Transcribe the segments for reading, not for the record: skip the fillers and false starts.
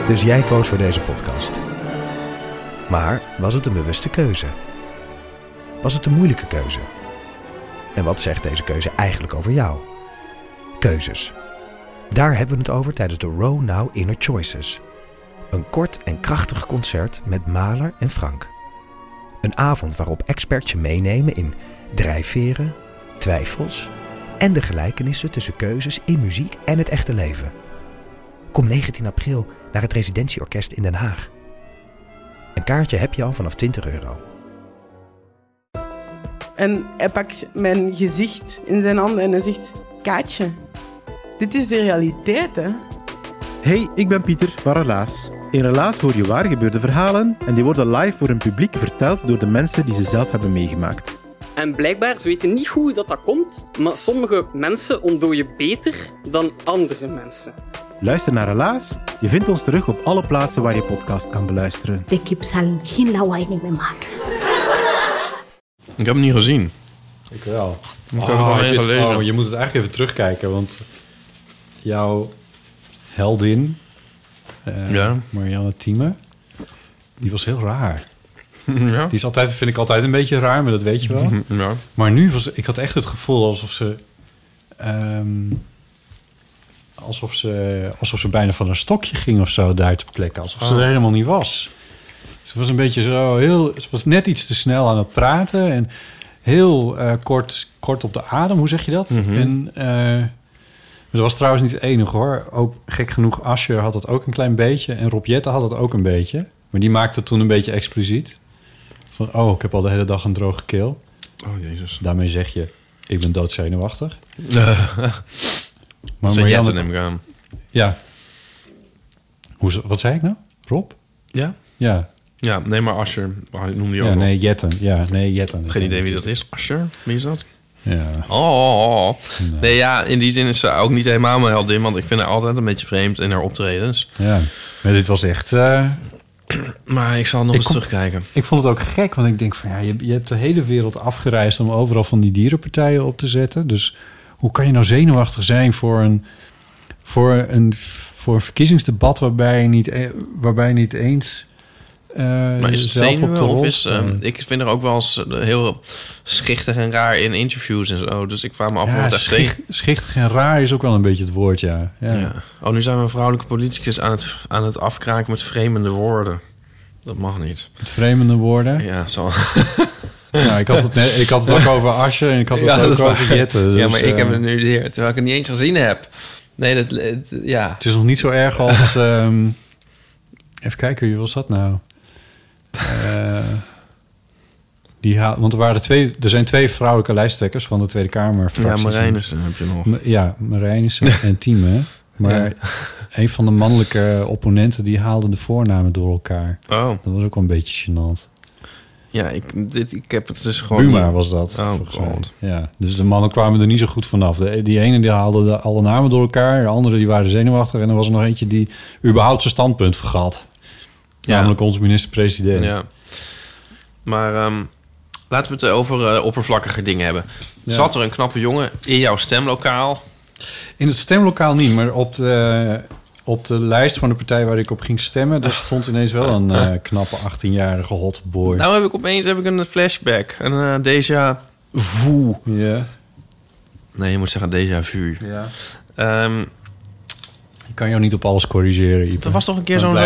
Dus jij koos voor deze podcast. Maar was het een bewuste keuze? Was het een moeilijke keuze? En wat zegt deze keuze eigenlijk over jou? Keuzes. Daar hebben we het over tijdens de Row Now Inner Choices. Een kort en krachtig concert met Mahler en Frank. Een avond waarop experts je meenemen in drijfveren, twijfels en de gelijkenissen tussen keuzes in muziek en het echte leven. Kom 19 april naar het Residentieorkest in Den Haag. Een kaartje heb je al vanaf €20. En hij pakt mijn gezicht in zijn handen en hij zegt... Kaatje, dit is de realiteit, hè? Hey, ik ben Pieter van Relaas. In Relaas hoor je waar gebeurde verhalen en die worden live voor een publiek verteld door de mensen die ze zelf hebben meegemaakt. En blijkbaar, ze weten niet hoe dat komt, maar sommige mensen ontdooien beter dan andere mensen. Luister naar Relaas. Je vindt ons terug op alle plaatsen waar je podcast kan beluisteren. De kip zal geen lawaai meer maken. Ik heb hem niet gezien. Ik wel. Ik heb het alleen gelezen. Je moet het eigenlijk even terugkijken, want jouw heldin, Marianne Thieme, die was heel raar. Ja? Die is altijd, vind ik altijd een beetje raar, maar dat weet je wel. Ja. Maar nu ik had echt het gevoel alsof ze bijna van een stokje ging of zo daar te plekken. Alsof ze er helemaal niet was. Ze was een beetje ze was net iets te snel aan het praten en heel kort op de adem. Hoe zeg je dat? En dat was trouwens niet het enige, hoor. Ook gek genoeg, Asher had het ook een klein beetje en Rob Jetten had het ook een beetje. Maar die maakte het toen een beetje expliciet. Van, ik heb al de hele dag een droge keel. Oh, jezus. Daarmee zeg je, ik ben doodzenuwachtig. Maar Marianne neem ik aan. Ja. Wat zei ik nou? Rob? Ja? Ja. Ja, nee, maar Asher noemde je ook. Nee, Jetten. Ja, nee, Jetten. Geen idee wie dat is. Asher? Wie is dat? Ja. Oh. Nee, ja, in die zin is ze ook niet helemaal mijn heldin, want ik vind haar altijd een beetje vreemd in haar optredens. Ja, maar dit was echt... Maar ik zal nog eens terugkijken. Ik vond het ook gek, want ik denk van... je hebt de hele wereld afgereisd om overal van die dierenpartijen op te zetten. Dus hoe kan je nou zenuwachtig zijn voor een verkiezingsdebat waarbij je niet eens... maar is het zelf zenuwen op de of is... ik vind er ook wel eens heel schichtig en raar in interviews en zo. Dus ik vraag me af of het echt schichtig en raar is ook wel een beetje het woord, ja. Oh, nu zijn we een vrouwelijke politicus aan het afkraken met vreemde woorden. Dat mag niet. Met vreemde woorden? Ja, zo. Nou, ik had het ook over Asje en ik had het ook over Jette. Dus, ja, maar ik heb het nu weer, terwijl ik het niet eens gezien heb. Nee, Het is nog niet zo erg als... even kijken, wie was dat nou? Want er zijn 2 vrouwelijke lijsttrekkers van de Tweede Kamer. Ja, Marijnissen heb je nog. Ja, Marijnissen en Thieme. Maar een van de mannelijke opponenten... die haalde de voornamen door elkaar. Oh. Dat was ook wel een beetje gênant. Ja, ik heb het dus gewoon... Buma was dat. Oh, god. Ja, dus de mannen kwamen er niet zo goed vanaf. Die ene die haalde alle namen door elkaar. De andere die waren zenuwachtig. En er was er nog eentje die überhaupt zijn standpunt vergat. Ja. Namelijk onze minister-president. Ja. Maar laten we het over oppervlakkige dingen hebben. Ja. Zat er een knappe jongen in jouw stemlokaal? In het stemlokaal niet, maar op de lijst van de partij waar ik op ging stemmen... daar stond ineens wel een knappe 18-jarige hotboy. Nou heb ik een flashback. Een déjà vu. Ja. Nee, je moet zeggen déjà vu. Ja. Ik kan jou niet op alles corrigeren, Ipe. Er was toch een keer zo'n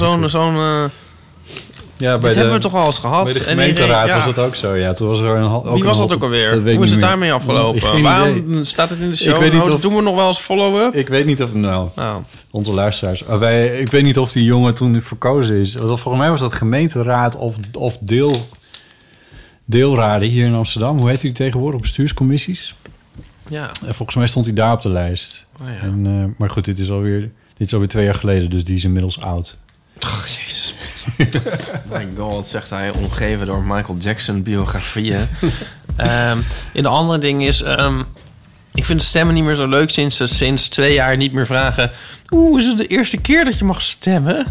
ja, dit hebben we toch al eens gehad. Bij de gemeenteraad was dat ook zo. Ja, toen was er wie was dat ook alweer? Hoe is het daarmee afgelopen? Waarom staat het in de show? Ik weet niet of... doen we nog wel eens follow-up? Ik weet niet of... onze luisteraars. Ik weet niet of die jongen toen verkozen is. Volgens mij was dat gemeenteraad of deelraden hier in Amsterdam. Hoe heet die tegenwoordig? Bestuurscommissies? Ja. En volgens mij stond hij daar op de lijst. Oh, ja. En, maar goed, dit is alweer 2 jaar geleden. Dus die is inmiddels oud. Oh, jezus. My god, zegt hij, omgeven door Michael Jackson biografieën. In de andere ding is... ik vind de stemmen niet meer zo leuk sinds 2 jaar niet meer vragen... is het de eerste keer dat je mag stemmen?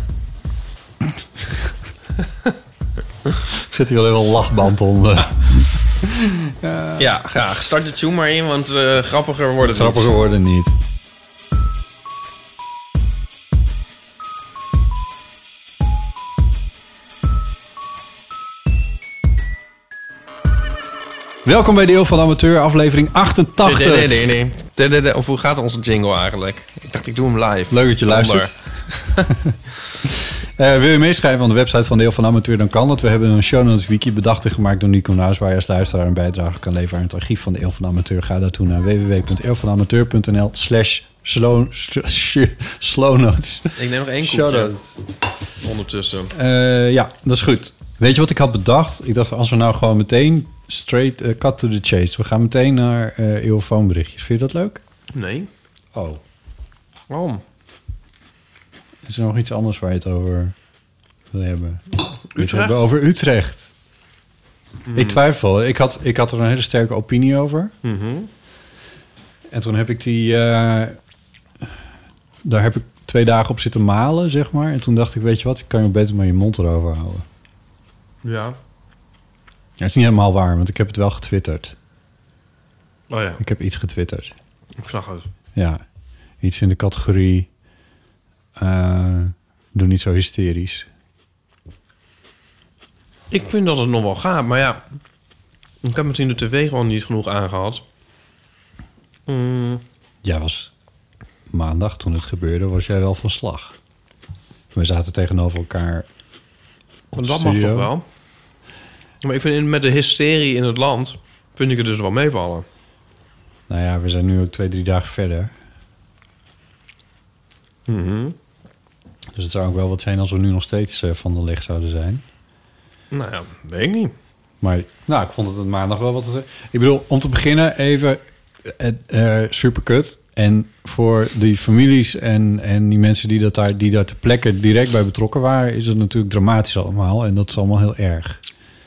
Ik zet hier wel even een lachband onder. Ja, graag. Start de tune maar in, want grappiger wordt het niet. Welkom bij de Eeuw van de Amateur, aflevering 88. Nee. Of hoe gaat onze jingle eigenlijk? Ik dacht, ik doe hem live. Leuk dat je luistert. Wil je meeschrijven aan de website van de Eeuw van de Amateur, dan kan dat. We hebben een show notes wiki bedacht en gemaakt door Nico Naus, waar je als luisteraar een bijdrage kan leveren aan het archief van de Eeuw van de Amateur. Ga daartoe naar www.eeuwvanamateur.nl/slownotes. Ik neem nog 1 koekje ondertussen. Ja, dat is goed. Weet je wat ik had bedacht? Ik dacht, als we nou gewoon meteen straight cut to the chase. We gaan meteen naar eeuwfoonberichtjes. Vind je dat leuk? Nee. Oh. Waarom? Is er nog iets anders waar je het over wil hebben? Utrecht? Hebben over Utrecht. Ik twijfel. Ik had er een hele sterke opinie over. Mm-hmm. En toen heb ik daar heb ik 2 dagen op zitten malen, zeg maar. En toen dacht ik, weet je wat? Ik kan je beter maar je mond erover houden. Ja. Ja, het is niet helemaal waar, want ik heb het wel getwitterd. Oh ja. Ik heb iets getwitterd. Ik zag het. Ja. Iets in de categorie... doe niet zo hysterisch. Ik vind dat het nog wel gaat, maar ja... Ik heb misschien de tv gewoon niet genoeg aangehad. Jij was... Maandag, toen het gebeurde, was jij wel van slag. We zaten tegenover elkaar op Dat studio. mag toch wel? Maar ik vind met de hysterie in het land... vind ik het dus wel meevallen. Nou ja, we zijn nu ook 2-3 dagen verder. Mm-hmm. Dus het zou ook wel wat zijn als we nu nog steeds van de leg zouden zijn. Nou ja, weet ik niet. Maar nou, ik vond het maandag wel wat te zeggen. Ik bedoel, om te beginnen even super kut. En voor die families en die mensen die daar ter plekke direct bij betrokken waren... is het natuurlijk dramatisch allemaal. En dat is allemaal heel erg.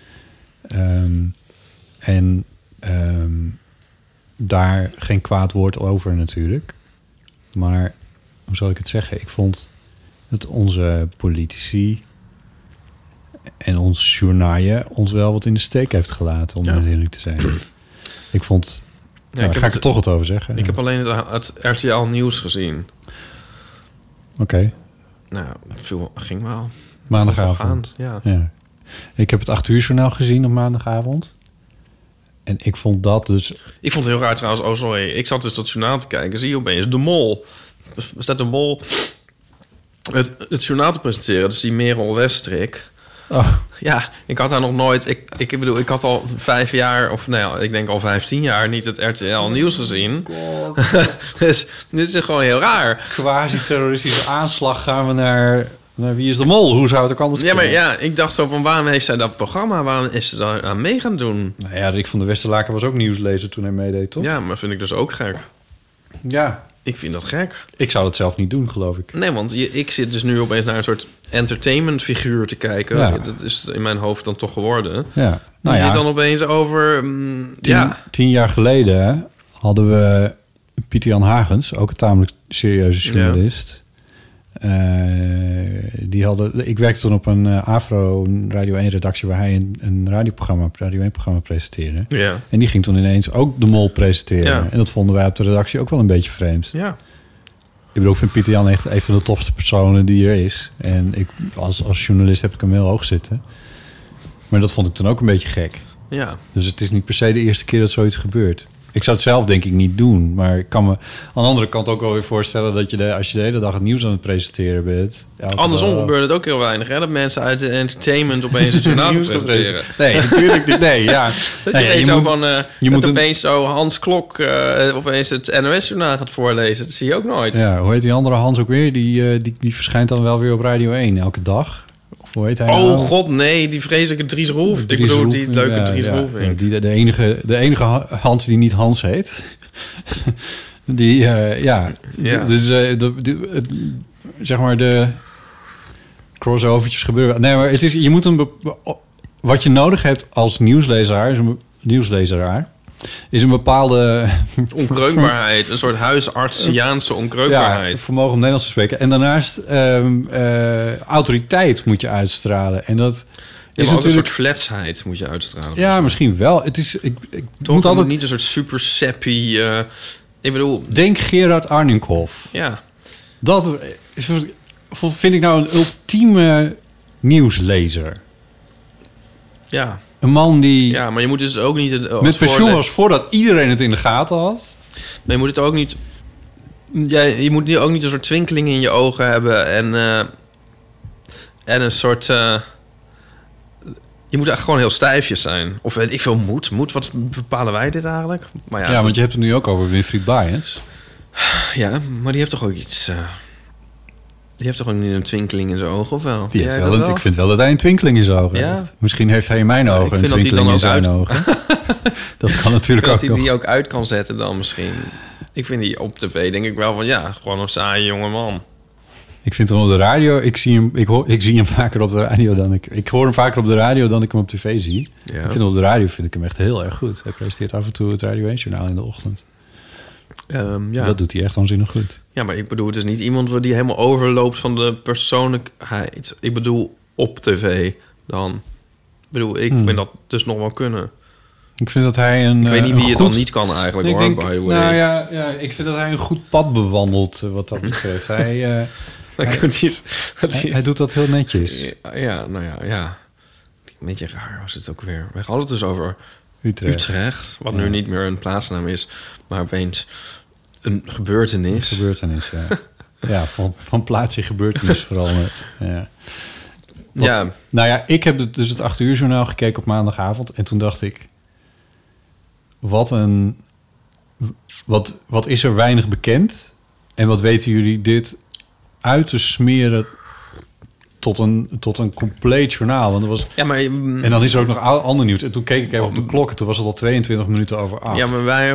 Daar geen kwaad woord over natuurlijk. Maar hoe zal ik het zeggen? Ik vond dat onze politici en ons journaaien ons wel wat in de steek heeft gelaten, om heel eerlijk te zijn. Ik vond... Ja, daar ga ik er toch wat over zeggen. Ik heb alleen het RTL Nieuws gezien. Oké. Nou, veel ging wel. Maandagavond. Ja. Ik heb het 8 uur journaal gezien op maandagavond. En ik vond dat dus... Ik vond het heel raar trouwens. Oh, sorry. Ik zat dus dat journaal te kijken. Zie je opeens de Mol. Er staat de Mol het journaal te presenteren. Dus die Merel Westrik. Oh. Ja, ik had haar nog nooit... Ik bedoel, ik had al 5 jaar... of nou ja, ik denk al 15 jaar niet het RTL Nieuws gezien. Dus dit is gewoon heel raar. Quasi-terroristische aanslag gaan we naar Wie is de Mol? Hoe zou het ook anders kunnen? Maar ja, ik dacht zo van... waarom heeft zij dat programma? Waarom is ze daar aan mee gaan doen? Nou ja, Rick van der Westerlaken was ook nieuwslezer toen hij meedeed, toch? Ja, maar vind ik dus ook gek. Ja. Ik vind dat gek. Ik zou het zelf niet doen, geloof ik. Nee, want ik zit dus nu opeens naar een soort entertainmentfiguur te kijken. Ja. Dat is in mijn hoofd dan toch geworden. Ja. Nou ja. Je dan opeens over... 10 jaar geleden hadden we Pieter-Jan Hagens, ook een tamelijk serieuze journalist. Ik werkte toen op een Afro Radio 1 redactie waar hij een Radio 1 programma presenteerde. Ja. En die ging toen ineens ook de Mol presenteren. Ja. En dat vonden wij op de redactie ook wel een beetje vreemd. Ja. Ik bedoel, ik vind Pieter-Jan echt een van de tofste personen die er is. En ik, als journalist heb ik hem heel hoog zitten. Maar dat vond ik toen ook een beetje gek. Ja. Dus het is niet per se de eerste keer dat zoiets gebeurt. Ik zou het zelf denk ik niet doen. Maar ik kan me aan de andere kant ook wel weer voorstellen... dat als je de hele dag het nieuws aan het presenteren bent... Andersom gebeurt het ook heel weinig, hè? Dat mensen uit de entertainment opeens het journaal presenteren. Nee, natuurlijk niet. Nee, ja. Dat je moet opeens zo Hans Klok opeens het NOS-journaal gaat voorlezen. Dat zie je ook nooit. Ja, hoe heet die andere Hans ook weer? Die verschijnt dan wel weer op Radio 1 elke dag. Hoe heet hij nou? God, nee, die vreselijke Dries Roelf. Ik bedoel, die leuke Dries Roelvink. De enige Hans die niet Hans heet. Dus zeg maar de crossovertjes gebeuren. Nee, maar het is, je moet wat je nodig hebt als nieuwslezer is een bepaalde... onkreukbaarheid. Een soort huisartsiaanse onkreukbaarheid. Ja, vermogen om Nederlands te spreken. En daarnaast autoriteit moet je uitstralen. En dat is natuurlijk... een soort fletsheid moet je uitstralen. Ja, misschien wel. Het is... Ik moet altijd niet een soort super sappy... ik bedoel... Denk Gerard Arninghoff. Ja. Dat vind ik nou een ultieme nieuwslezer. Ja. Een man die Ja, maar je moet dus ook niet... met pensioen was voordat iedereen het in de gaten had. Maar je moet het ook niet... Ja, je moet nu ook niet een soort twinkeling in je ogen hebben en een soort... je moet eigenlijk gewoon heel stijfjes zijn. Of weet ik veel, moed. Wat bepalen wij dit eigenlijk? Maar Ja, want je hebt het nu ook over Winfried Bajens. Ja, maar die heeft toch ook iets... die heeft toch ook niet een twinkeling in zijn ogen, of wel? Die heeft wel ik vind wel dat hij een twinkeling in zijn ogen Ja? heeft. Misschien heeft hij in mijn ogen een vind dat hij twinkeling dan in ook zijn ogen. Dat kan natuurlijk ook dat hij nog. die ook uit kan zetten dan misschien. Ik vind die op tv denk ik wel van... Ja, gewoon een saaie jonge man. Ik vind hem op de radio... Ik zie hem vaker op de radio dan ik hoor hem vaker op de radio dan ik hem op tv zie. Ja. Ik vind hem op de radio vind ik hem echt heel erg goed. Hij presenteert af en toe het Radio 1-journaal in de ochtend. Ja. Dat doet hij echt waanzinnig goed. Ja, maar ik bedoel, het is niet iemand die helemaal overloopt van de persoonlijkheid. Ik bedoel, op tv dan. Ik bedoel, ik vind dat dus nog wel kunnen. Ik vind dat hij een... Ik weet niet een wie het goed... dan niet kan eigenlijk, ik hoor, denk, by the way. Nou ja, ik vind dat hij een goed pad bewandelt wat dat betreft. Hij doet dat heel netjes. Ja, nou ja. Een beetje raar was het ook weer. We hadden het dus over Utrecht wat nu niet meer een plaatsnaam is, maar opeens een gebeurtenis. Een gebeurtenis, ja. Ja, van plaats in gebeurtenis vooral net. Ja. Ja. Nou ja, ik heb dus het 8 uur journaal gekeken op maandagavond en toen dacht ik, wat is er weinig bekend en wat weten jullie dit uit te smeren tot een compleet journaal. Want er was, ja, maar, en dan is er ook nog ander nieuws. En toen keek ik even op de klok en toen was het al 22 minuten over 8. Ja, maar wij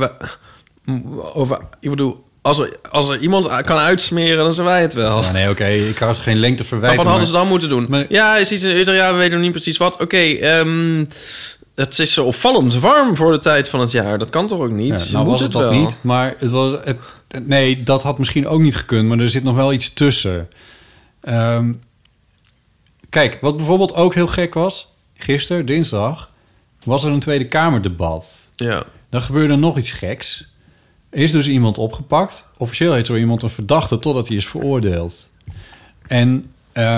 ik bedoel, als er iemand kan uitsmeren, dan zijn wij het wel. Ja, nee, oké. Ik had geen lengte verwijten. Maar wat hadden ze dan moeten doen? Maar, ja, is iets in Utrecht, ja, we weten nog niet precies wat. Oké, het is opvallend warm voor de tijd van het jaar. Dat kan toch ook niet? Ja, nou was het dat wel niet, maar nee, dat had misschien ook niet gekund, maar er zit nog wel iets tussen. Kijk, wat bijvoorbeeld ook heel gek was, gisteren, dinsdag, was er een Tweede Kamerdebat. Ja. Dan gebeurde nog iets geks. Er is dus iemand opgepakt. Officieel heet zo iemand een verdachte totdat hij is veroordeeld. En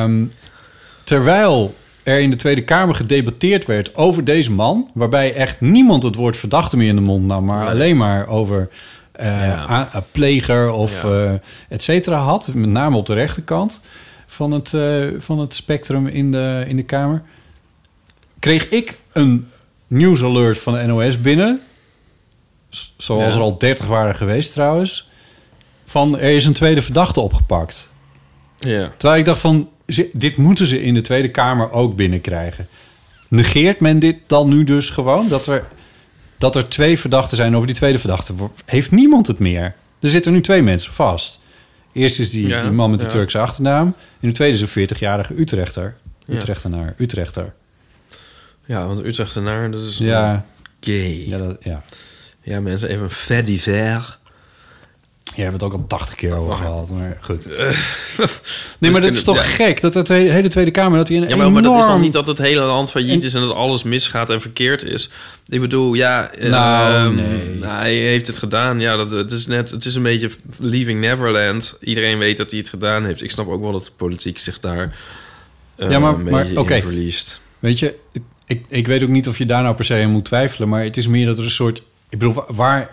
terwijl er in de Tweede Kamer gedebatteerd werd over deze man, waarbij echt niemand het woord verdachte meer in de mond nam, maar alleen maar over pleger of et cetera had, met name op de rechterkant van het spectrum in de Kamer, kreeg ik een nieuwsalert van de NOS binnen, zoals er al 30 waren geweest trouwens, van er is een tweede verdachte opgepakt. Ja. Terwijl ik dacht van, dit moeten ze in de Tweede Kamer ook binnenkrijgen. Negeert men dit dan nu dus gewoon? Dat er 2 verdachten zijn over die tweede verdachte. Heeft niemand het meer? Er zitten nu 2 mensen vast. Eerst is die man met de Turkse achternaam. En de tweede is een 40-jarige Utrechter. Utrechter. Ja, want Utrechtenaar, dat is gay. Ja, mensen, even een fait divers. Ja, we hebben het ook al 80 keer over gehad, maar goed. Nee, maar dat is toch gek, dat de hele Tweede Kamer, dat hij een enorm... maar dat is dan niet dat het hele land failliet is en dat alles misgaat en verkeerd is. Ik bedoel, hij heeft het gedaan. Ja, het is een beetje Leaving Neverland. Iedereen weet dat hij het gedaan heeft. Ik snap ook wel dat de politiek zich daar een beetje in verliest. Weet je, ik weet ook niet of je daar nou per se aan moet twijfelen, maar het is meer dat er een soort... Ik bedoel,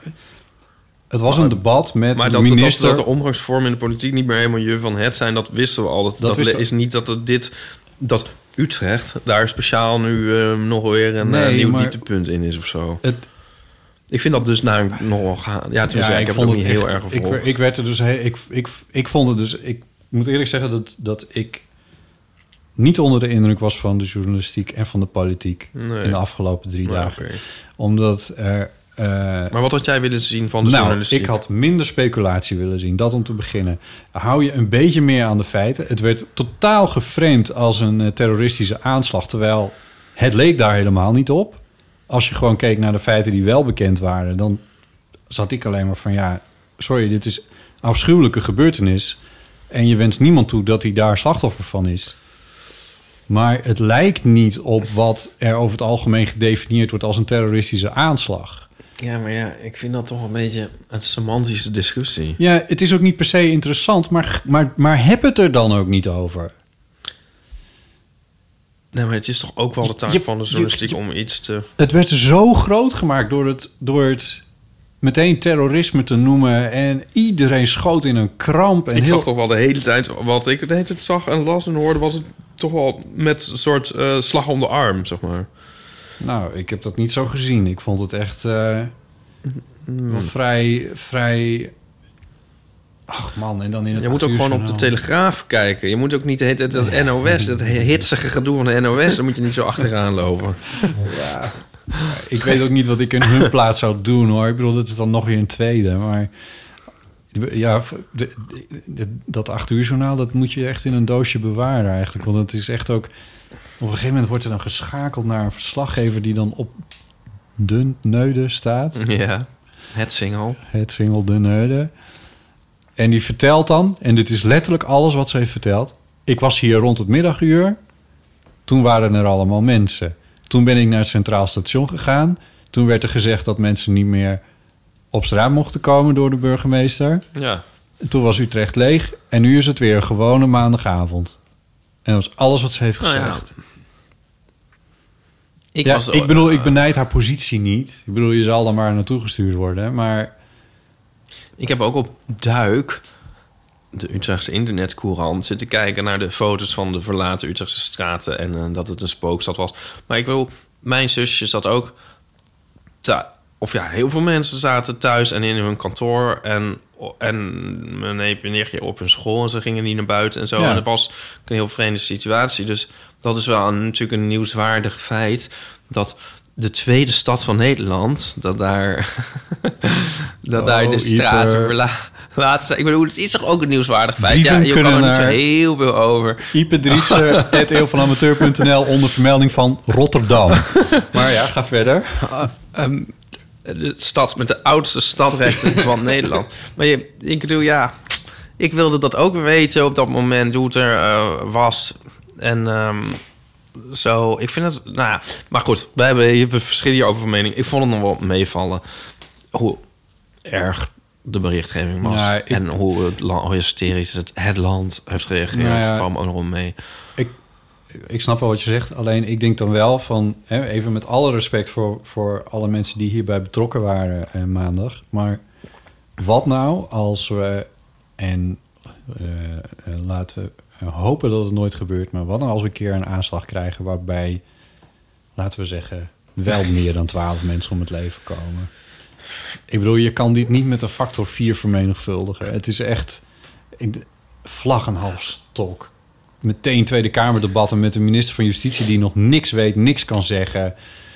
het was een debat met de minister... Dat de omgangsvormen in de politiek niet meer helemaal je van het zijn, dat wisten we al. Dat is niet dat Utrecht daar speciaal nu nog weer een nieuw dieptepunt in is of zo. Ik vind dat dus nog wel gaan. Ja, ik heb het ook niet heel erg gevolgd. Ik werd er dus... Ik vond het dus... Ik moet eerlijk zeggen dat ik niet onder de indruk was van de journalistiek en van de politiek in de afgelopen 3 dagen. Okay. Omdat er... maar wat had jij willen zien van de journalistiek? Ik had minder speculatie willen zien. Dat om te beginnen. Hou je een beetje meer aan de feiten. Het werd totaal geframed als een terroristische aanslag, terwijl het leek daar helemaal niet op. Als je gewoon keek naar de feiten die wel bekend waren, dan zat ik alleen maar van sorry, dit is een afschuwelijke gebeurtenis en je wenst niemand toe dat hij daar slachtoffer van is. Maar het lijkt niet op wat er over het algemeen gedefinieerd wordt als een terroristische aanslag. Ja, maar ik vind dat toch een beetje een semantische discussie. Ja, het is ook niet per se interessant, maar heb het er dan ook niet over. Nee, maar het is toch ook wel de taak van de journalistiek om iets te... Het werd zo groot gemaakt door het meteen terrorisme te noemen. En iedereen schoot in een kramp. En ik zag toch wel de hele tijd... Wat ik de hele tijd zag en las en hoorde... was het toch wel met een soort slag om de arm, zeg maar. Nou, ik heb dat niet zo gezien. Ik vond het echt wel vrij... Ach man, en dan in het... Je moet ook gewoon op de Telegraaf kijken. Je moet ook niet de hele tijd dat NOS... dat hitsige gedoe van de NOS... daar moet je niet zo achteraan lopen. Ja. Ik weet ook niet wat ik in hun plaats zou doen, hoor. Ik bedoel, dat is dan nog weer een tweede. Maar ja, dat 8 uur journaal... dat moet je echt in een doosje bewaren eigenlijk. Want het is echt ook... Op een gegeven moment wordt er dan geschakeld naar een verslaggever... die dan op de Neude staat. Ja, het single de Neude. En die vertelt dan... en dit is letterlijk alles wat ze heeft verteld... ik was hier rond het middaguur... toen waren er allemaal mensen... Toen ben ik naar het Centraal Station gegaan. Toen werd er gezegd dat mensen niet meer op straat mochten komen door de burgemeester. Ja. En toen was Utrecht leeg. En nu is het weer een gewone maandagavond. En dat was alles wat ze heeft gezegd. Ja. Ik benijd haar positie niet. Ik bedoel, je zal er maar naartoe gestuurd worden. Maar ik heb ook op Duik... de Utrechtse internetcourant zitten kijken naar de foto's van de verlaten Utrechtse straten en dat het een spookstad was. Maar ik wil, mijn zusje zat ook heel veel mensen zaten thuis en in hun kantoor en mijn neef en nichtje op hun school en ze gingen niet naar buiten en zo. Ja. En het was een heel vreemde situatie. Dus dat is wel natuurlijk een nieuwswaardig feit dat de tweede stad van Nederland, dat daar de straten verlaten zijn. Ik bedoel, het is toch ook een nieuwswaardig feit? Brieven je kan er niet zo heel veel over. Ipe Driessen, @eeuwvanamateur.nl onder vermelding van Rotterdam. Maar ja, ga verder. De stad met de oudste stadrechten van Nederland. Maar ik bedoel, ik wilde dat ook weten op dat moment, hoe het er was. En zo, ik vind het... Nou ja, maar goed, we hebben verschillen hierover van mening. Ik vond het nog wel meevallen hoe erg de berichtgeving was. Nou, en hoe hysterisch het land heeft gereageerd. Nou ja, kwam ook nog mee. Ik snap wel wat je zegt. Alleen ik denk dan wel van... even met alle respect voor alle mensen die hierbij betrokken waren maandag. Maar wat nou als we... en laten we hopen dat het nooit gebeurt. Maar wat nou als we een keer een aanslag krijgen... waarbij, laten we zeggen... wel meer dan 12 mensen om het leven komen. Ik bedoel, je kan dit niet met een factor 4 vermenigvuldigen. Het is echt vlag en half stok. Meteen Tweede Kamerdebatten met de minister van Justitie... die nog niks weet, niks kan zeggen.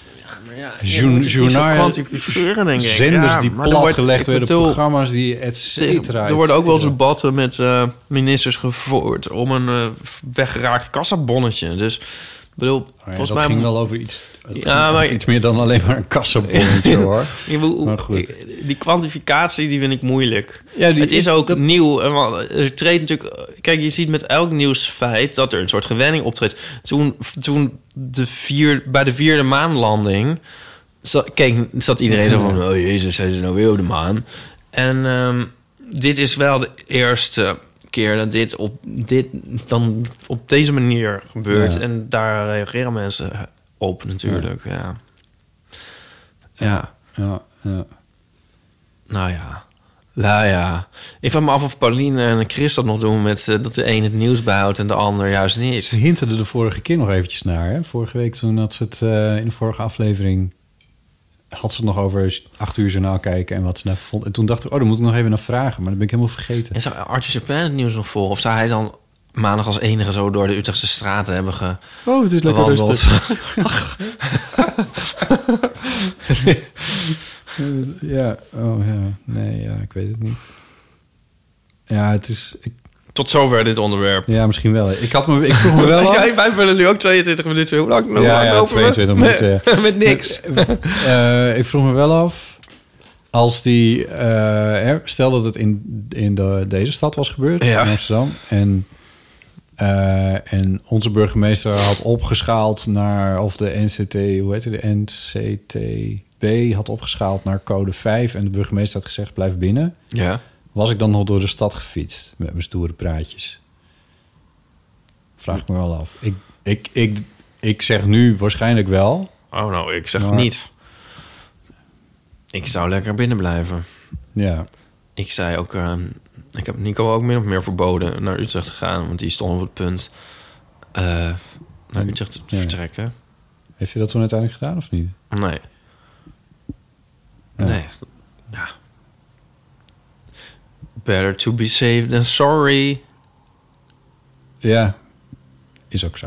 Zenders die platgelegd werden, programma's die et cetera. Er worden ook wel eens debatten met ministers gevoerd... om een weggeraakt kassabonnetje. Dus bedoel, volgens mij ging wel over iets... maar iets meer dan alleen maar een kassabonnetje, hoor. Maar goed. Die kwantificatie, die vind ik moeilijk. Ja, het is ook nieuw. Er treedt natuurlijk... Kijk, je ziet met elk nieuwsfeit... dat er een soort gewenning optreedt. Toen bij de 4e maanlanding... zat iedereen zo van... oh jezus, zijn ze nou weer op de maan? En dit is wel de eerste... keer dat dit dan op deze manier gebeurt. Ja. En daar reageren mensen op natuurlijk. Ja. Nou ja. Ik vraag me af of Pauline en Chris dat nog doen... met dat de een het nieuws bijhoudt en de ander juist niet. Ze hinterden de vorige keer nog eventjes naar. Hè? Vorige week toen had ze het in de vorige aflevering... had ze het nog over 8 uur journaal kijken en wat ze daarvan vond. En toen dacht ik, daar moet ik nog even naar vragen. Maar dat ben ik helemaal vergeten. En zou Arthur Chapin het nieuws nog volgen? Of zou hij dan maandag als enige zo door de Utrechtse straten hebben het is lekker rustig. Ik weet het niet. Ja, het is... Tot zover dit onderwerp. Ja, misschien wel. Ik vroeg me wel af... wij vullen nu ook 22 minuten. Hoe lang? 22 minuten. Met niks. Ik vroeg me wel af... als die... stel dat het in deze stad was gebeurd, in Amsterdam... en onze burgemeester had opgeschaald naar... of de NCTB had opgeschaald naar code 5... en de burgemeester had gezegd, blijf binnen... Ja. Was ik dan nog door de stad gefietst met mijn stoere praatjes? Vraag me wel af. Ik zeg nu waarschijnlijk wel. Oh, nou, ik zeg Maar- niet. Ik zou lekker binnen blijven. Ja. Ik zei ook... ik heb Nico ook min of meer verboden naar Utrecht te gaan. Want die stond op het punt naar Utrecht te Ja. vertrekken. Heeft hij dat toen uiteindelijk gedaan of niet? Nee. Ja. Nee. Ja. Better to be safe than sorry. Ja. Is ook zo.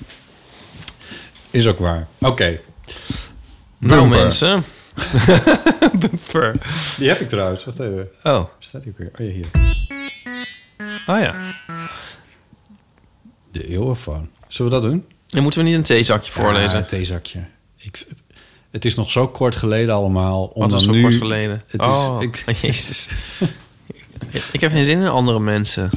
Is ook waar. Oké. Nou, Bumper. mensen. Bumper. Die heb ik trouwens. Wacht even. Oh. Staat die ook weer? Oh ja, hier. Oh ja. De eeuwenfoon. Zullen we dat doen? Dan moeten we niet een theezakje voorlezen. Ja, een theezakje. Het is nog zo kort geleden allemaal. Om Wat is dan zo nu, kort geleden? Het is, Oh, Jezus. Ik heb geen zin in andere mensen.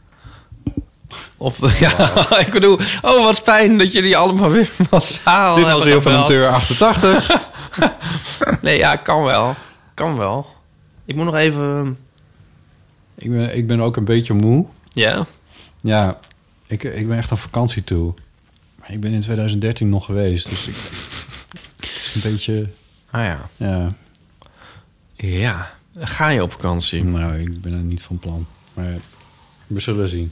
Of, ja, ik bedoel... Oh, wat fijn dat jullie allemaal weer massaal Dit was hebben heel van gebeld. amateur 88. Nee, ja, kan wel. Kan wel. Ik moet nog even... Ik ben ook een beetje moe. Ja? Ja, ik ben echt aan vakantie toe. Maar ik ben in 2013 nog geweest. Dus het is een beetje... Ah ja. Ja, Ja. Ga je op vakantie? nou, ik ben er niet van plan. Maar we zullen zien.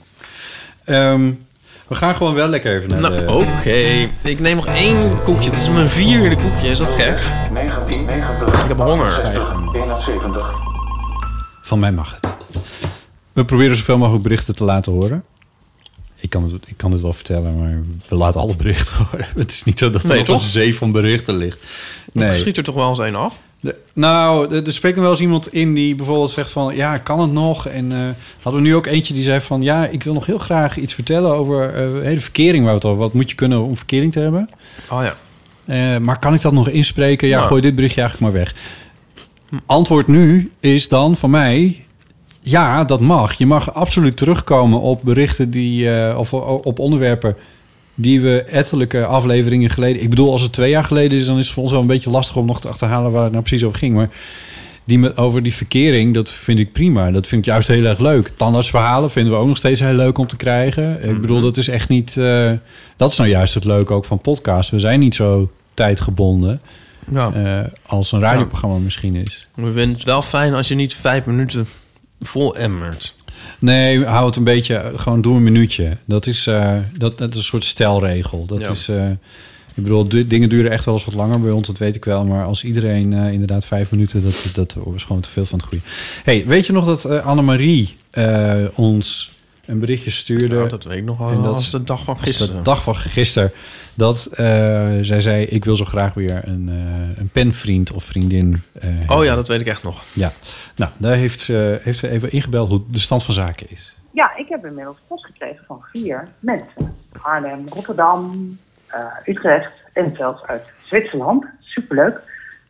We gaan gewoon wel lekker even naar Nou, de... oké. Ik neem nog 1 koekje. Dit is mijn 4e koekje. Is dat gek? 1990. Ik heb honger. 60, 71. Van mij mag het. We proberen zoveel mogelijk berichten te laten horen. Ik kan het wel vertellen, maar we laten alle berichten horen. Het is niet zo dat er Nee, nog toch? een zee van berichten ligt. Nee. Schiet er toch wel eens 1 af? Er spreekt nog wel eens iemand in die bijvoorbeeld zegt van... ja, kan het nog? En hadden we nu ook eentje die zei van... ja, ik wil nog heel graag iets vertellen over de verkering. Waar we het over, wat moet je kunnen om verkering te hebben? Oh ja. Maar kan ik dat nog inspreken? Ja, Nou. gooi dit berichtje eigenlijk maar weg. Antwoord nu is dan van mij... ja, dat mag. Je mag absoluut terugkomen op berichten die... of op onderwerpen... die we ettelijke afleveringen geleden... Ik bedoel, als het 2 jaar geleden is... dan is het voor ons wel een beetje lastig om nog te achterhalen... waar het nou precies over ging. Maar over die verkering, dat vind ik prima. Dat vind ik juist heel erg leuk. Tandartsverhalen vinden we ook nog steeds heel leuk om te krijgen. Ik bedoel, dat is echt niet... dat is nou juist het leuke ook van podcasts. We zijn niet zo tijdgebonden... Ja. als een radioprogramma misschien is. Ik vind het wel fijn als je niet 5 minuten vol emmert. Nee, hou het een beetje... gewoon doe een minuutje. Dat is een soort stelregel. Dat Ja. is... ik bedoel, dingen duren echt wel eens wat langer bij ons, dat weet ik wel. Maar als iedereen inderdaad 5 minuten... dat is gewoon te veel van het goede. Hey, weet je nog dat Annemarie ons een berichtje stuurde? Nou, dat weet ik nog wel. En dat Dat is de dag van gisteren. De dag van gisteren. Dat zij zei, ik wil zo graag weer een penvriend of vriendin Oh ja, dat weet ik echt nog. Ja, nou, daar heeft ze even ingebeld hoe de stand van zaken is. Ja, ik heb inmiddels post gekregen van 4 mensen. Haarlem, Rotterdam, Utrecht en zelfs uit Zwitserland. Superleuk.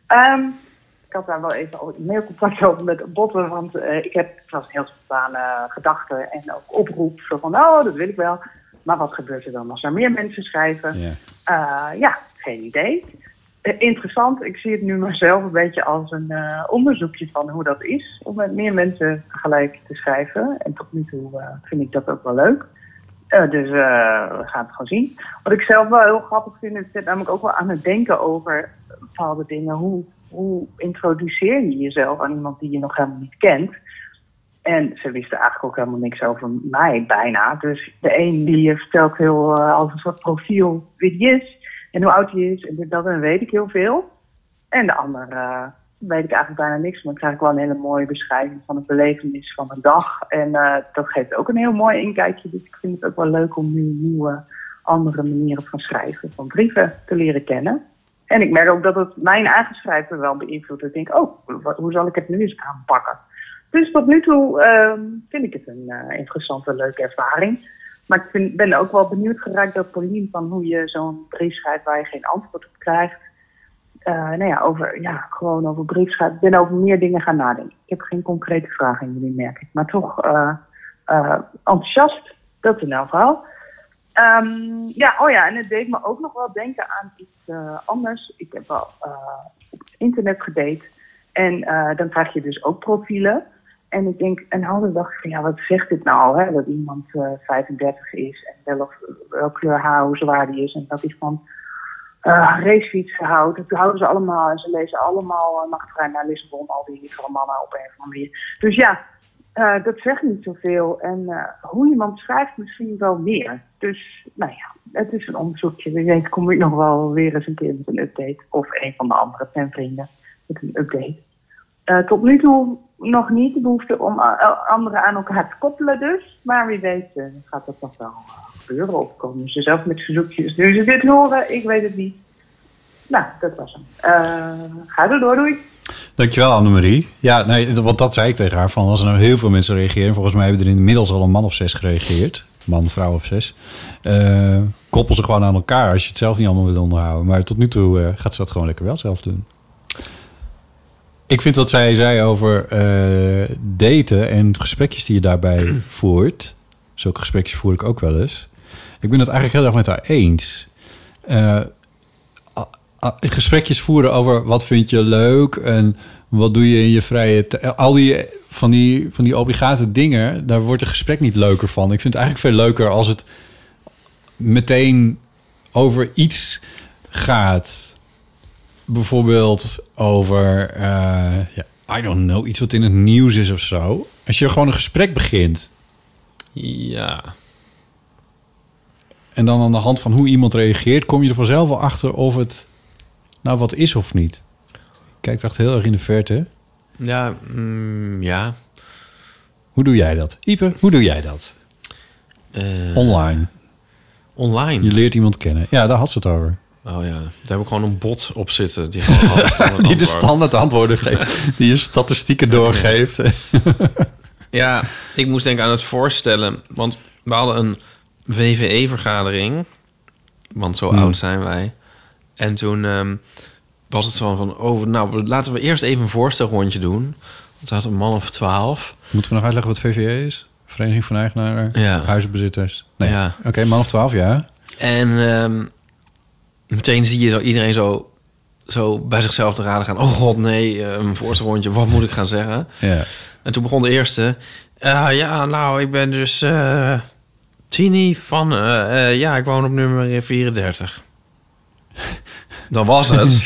Ik had daar wel even al mailcontact over met Botten, want het was een heel spontane gedachte en ook oproep. Zo van, oh, dat wil ik wel. Maar wat gebeurt er dan als er meer mensen schrijven? Ja. Geen idee. Interessant. Ik zie het nu maar zelf een beetje als een onderzoekje van hoe dat is. Om met meer mensen tegelijk te schrijven. En tot nu toe vind ik dat ook wel leuk. Dus we gaan het gewoon zien. Wat ik zelf wel heel grappig vind, is zit namelijk ook wel aan het denken over bepaalde dingen. Hoe introduceer je jezelf aan iemand die je nog helemaal niet kent? En ze wisten eigenlijk ook helemaal niks over mij, bijna. Dus de een die vertelt heel als een soort profiel wie die is en hoe oud hij is. En dat en weet ik heel veel. En de ander weet ik eigenlijk bijna niks. Maar dan krijg ik wel een hele mooie beschrijving van een belevenis van een dag. En dat geeft ook een heel mooi inkijkje. Dus ik vind het ook wel leuk om nu nieuwe, andere manieren van schrijven, van brieven te leren kennen. En ik merk ook dat het mijn eigen schrijven wel beïnvloedt. Ik denk, hoe zal ik het nu eens aanpakken? Dus tot nu toe vind ik het een interessante, leuke ervaring. Maar ik ben ook wel benieuwd geraakt door Paulien van hoe je zo'n brief schrijft waar je geen antwoord op krijgt. Gewoon over brief schrijven. Ik ben over meer dingen gaan nadenken. Ik heb geen concrete vragen in jullie, merk ik. Maar toch enthousiast, dat in elk geval. En het deed me ook nog wel denken aan iets anders. Ik heb wel op het internet gedate. En dan krijg je dus ook profielen. En ik denk, een halve dag van, ja, wat zegt dit nou, hè? Dat iemand 35 is en welke kleur haar, hoe zwaar die is. En dat hij van racefietsen houdt. Dat houden ze allemaal. En ze lezen allemaal Nachtvrij naar Lissabon, al die mannen op een of andere manier. Dus ja, dat zegt niet zoveel. En hoe iemand schrijft misschien wel meer. Dus, nou ja, het is een onderzoekje. Wie weet kom ik nog wel weer eens een keer met een update. Of een van de andere penvrienden met een update. Tot nu toe nog niet de behoefte om anderen aan elkaar te koppelen dus. Maar wie weet gaat dat nog wel gebeuren. Of komen ze zelf met verzoekjes. Nu ze dit horen, ik weet het niet. Nou, dat was hem. Ga er door, doei. Dankjewel, Annemarie. Ja, nee, want dat zei ik tegen haar. Van als er nou heel veel mensen reageren. Volgens mij hebben er inmiddels al een man of 6 gereageerd. Man, vrouw of 6. Koppel ze gewoon aan elkaar als je het zelf niet allemaal wil onderhouden. Maar tot nu toe gaat ze dat gewoon lekker wel zelf doen. Ik vind wat zij zei over daten en gesprekjes die je daarbij voert. Zulke gesprekjes voer ik ook wel eens. Ik ben het eigenlijk heel erg met haar eens. Gesprekjes voeren over wat vind je leuk en wat doe je in je vrije tijd. Al die van die obligate dingen, daar wordt een gesprek niet leuker van. Ik vind het eigenlijk veel leuker als het meteen over iets gaat. Bijvoorbeeld over, I don't know, iets wat in het nieuws is of zo. Als je gewoon een gesprek begint. Ja. En dan aan de hand van hoe iemand reageert, kom je er vanzelf wel achter of het nou wat is of niet. Kijk echt heel erg in de verte. Ja, ja. Hoe doe jij dat? Ipe, hoe doe jij dat? Online. Online? Je leert iemand kennen. Ja, daar had ze het over. Oh ja, daar heb ik gewoon een bot op zitten. Die, gewoon die de standaard antwoorden geeft. Die je statistieken doorgeeft. Ja, ik moest denken aan het voorstellen. Want we hadden een VVE-vergadering. Want zo oud zijn wij. En toen was het van... Oh, nou, laten we eerst even een voorstelrondje doen. Want er had een man of 12. Moeten we nog uitleggen wat VVE is? Vereniging van Eigenaren, Huizenbezitters. Nee. Ja. Oké, man of 12, ja. En meteen zie je zo iedereen zo bij zichzelf te raden gaan. Oh god, nee, een voorstelrondje. Wat moet ik gaan zeggen? Ja. En toen begon de eerste. Ja, nou, ik ben dus Tini van... ik woon op nummer 34. Dan was het.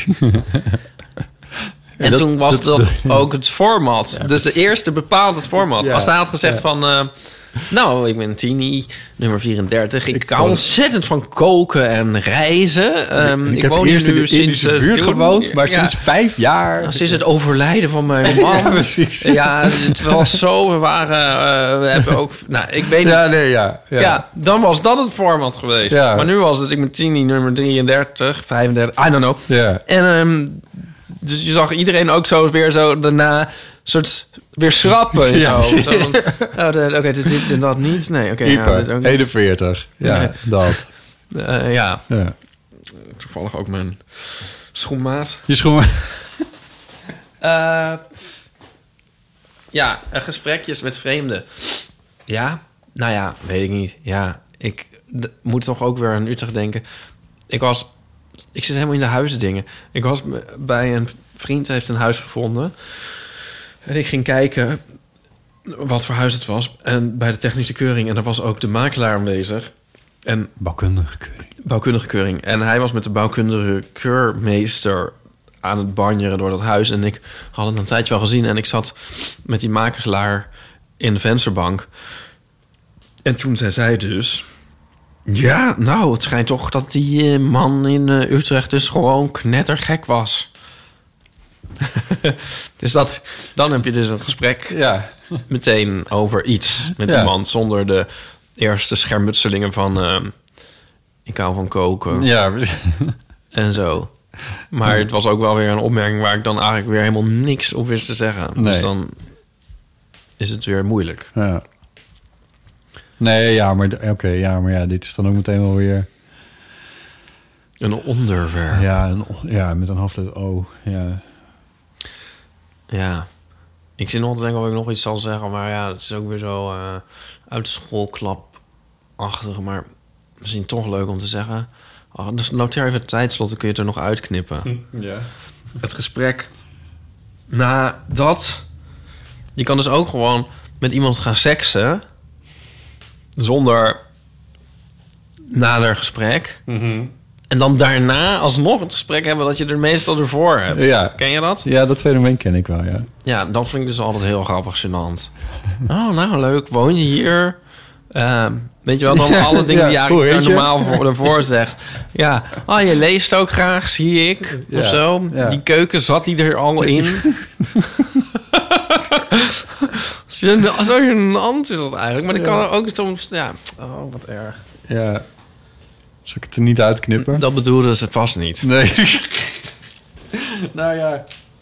En toen was dat ook het format. Ja, dus de eerste bepaalt het format. Ja, als hij had gezegd van... nou, ik ben Tini, nummer 34. Ik hou ontzettend van koken en reizen. Ik woon hier nu sinds de buurt gewoond, maar sinds 5 jaar. Sinds het overlijden van mijn man. Ja, precies. Ja, het was zo. We hebben ook... Nou, ik weet niet. Ja, dan was dat het format geweest. Ja. Maar nu was het, ik ben Tini, nummer 33, 35, I don't know. Ja. En dus je zag iedereen ook zo weer zo daarna... soort weer schrappen en ja, zo. Oké, dit en dat niet. Nee, oké. Ja, 41. Ja, nee. Dat. Ja. Toevallig ook mijn schoenmaat. Je schoenmaat. Ja, gesprekjes met vreemden. Ja? Nou ja, weet ik niet. Ja, ik moet toch ook weer aan Utrecht denken. Ik zit helemaal in de huizendingen. Ik was bij een vriend, heeft een huis gevonden... En ik ging kijken wat voor huis het was. En bij de technische keuring. En daar was ook de makelaar aanwezig. En bouwkundige keuring. En hij was met de bouwkundige keurmeester aan het banjeren door dat huis. En ik had het een tijdje wel gezien. En ik zat met die makelaar in de vensterbank. En toen zei zij dus... Ja, nou, het schijnt toch dat die man in Utrecht dus gewoon knettergek was. Dus dan heb je dus een gesprek meteen over iets met iemand... zonder de eerste schermutselingen van... ik hou van koken. Ja. En zo. Maar het was ook wel weer een opmerking... waar ik dan eigenlijk weer helemaal niks op wist te zeggen. Nee. Dus dan is het weer moeilijk. Ja. Nee, ja, maar dit is dan ook meteen wel weer... Een onderwerp. Ja, met een hoofdletter O, ja... Ja, ik zit nog te denken of ik nog iets zal zeggen... maar ja, het is ook weer zo uit de schoolklap-achtig... maar misschien toch leuk om te zeggen. Dus noteer even het tijdslot, dan kun je het er nog uitknippen. Ja. Het gesprek nadat Je kan dus ook gewoon met iemand gaan seksen zonder nader gesprek. En dan daarna alsnog het gesprek hebben dat je er meestal ervoor hebt. Ja. Ken je dat? Ja, dat fenomeen ken ik wel, ja. Ja, dat vind ik dus altijd heel grappig gênant. Oh, nou leuk. Woon je hier? Weet je wel, dan alle dingen die eigenlijk normaal ervoor zegt. Ja, oh, je leest ook graag, zie ik. Ja. Of zo. Ja. Die keuken zat die er al in. Zo gênant is dat eigenlijk. Maar dan kan er ook soms... Ja, oh, wat erg. Ja. Zal ik het er niet uitknippen? Dat bedoelde ze vast niet. Nee. Nou ja.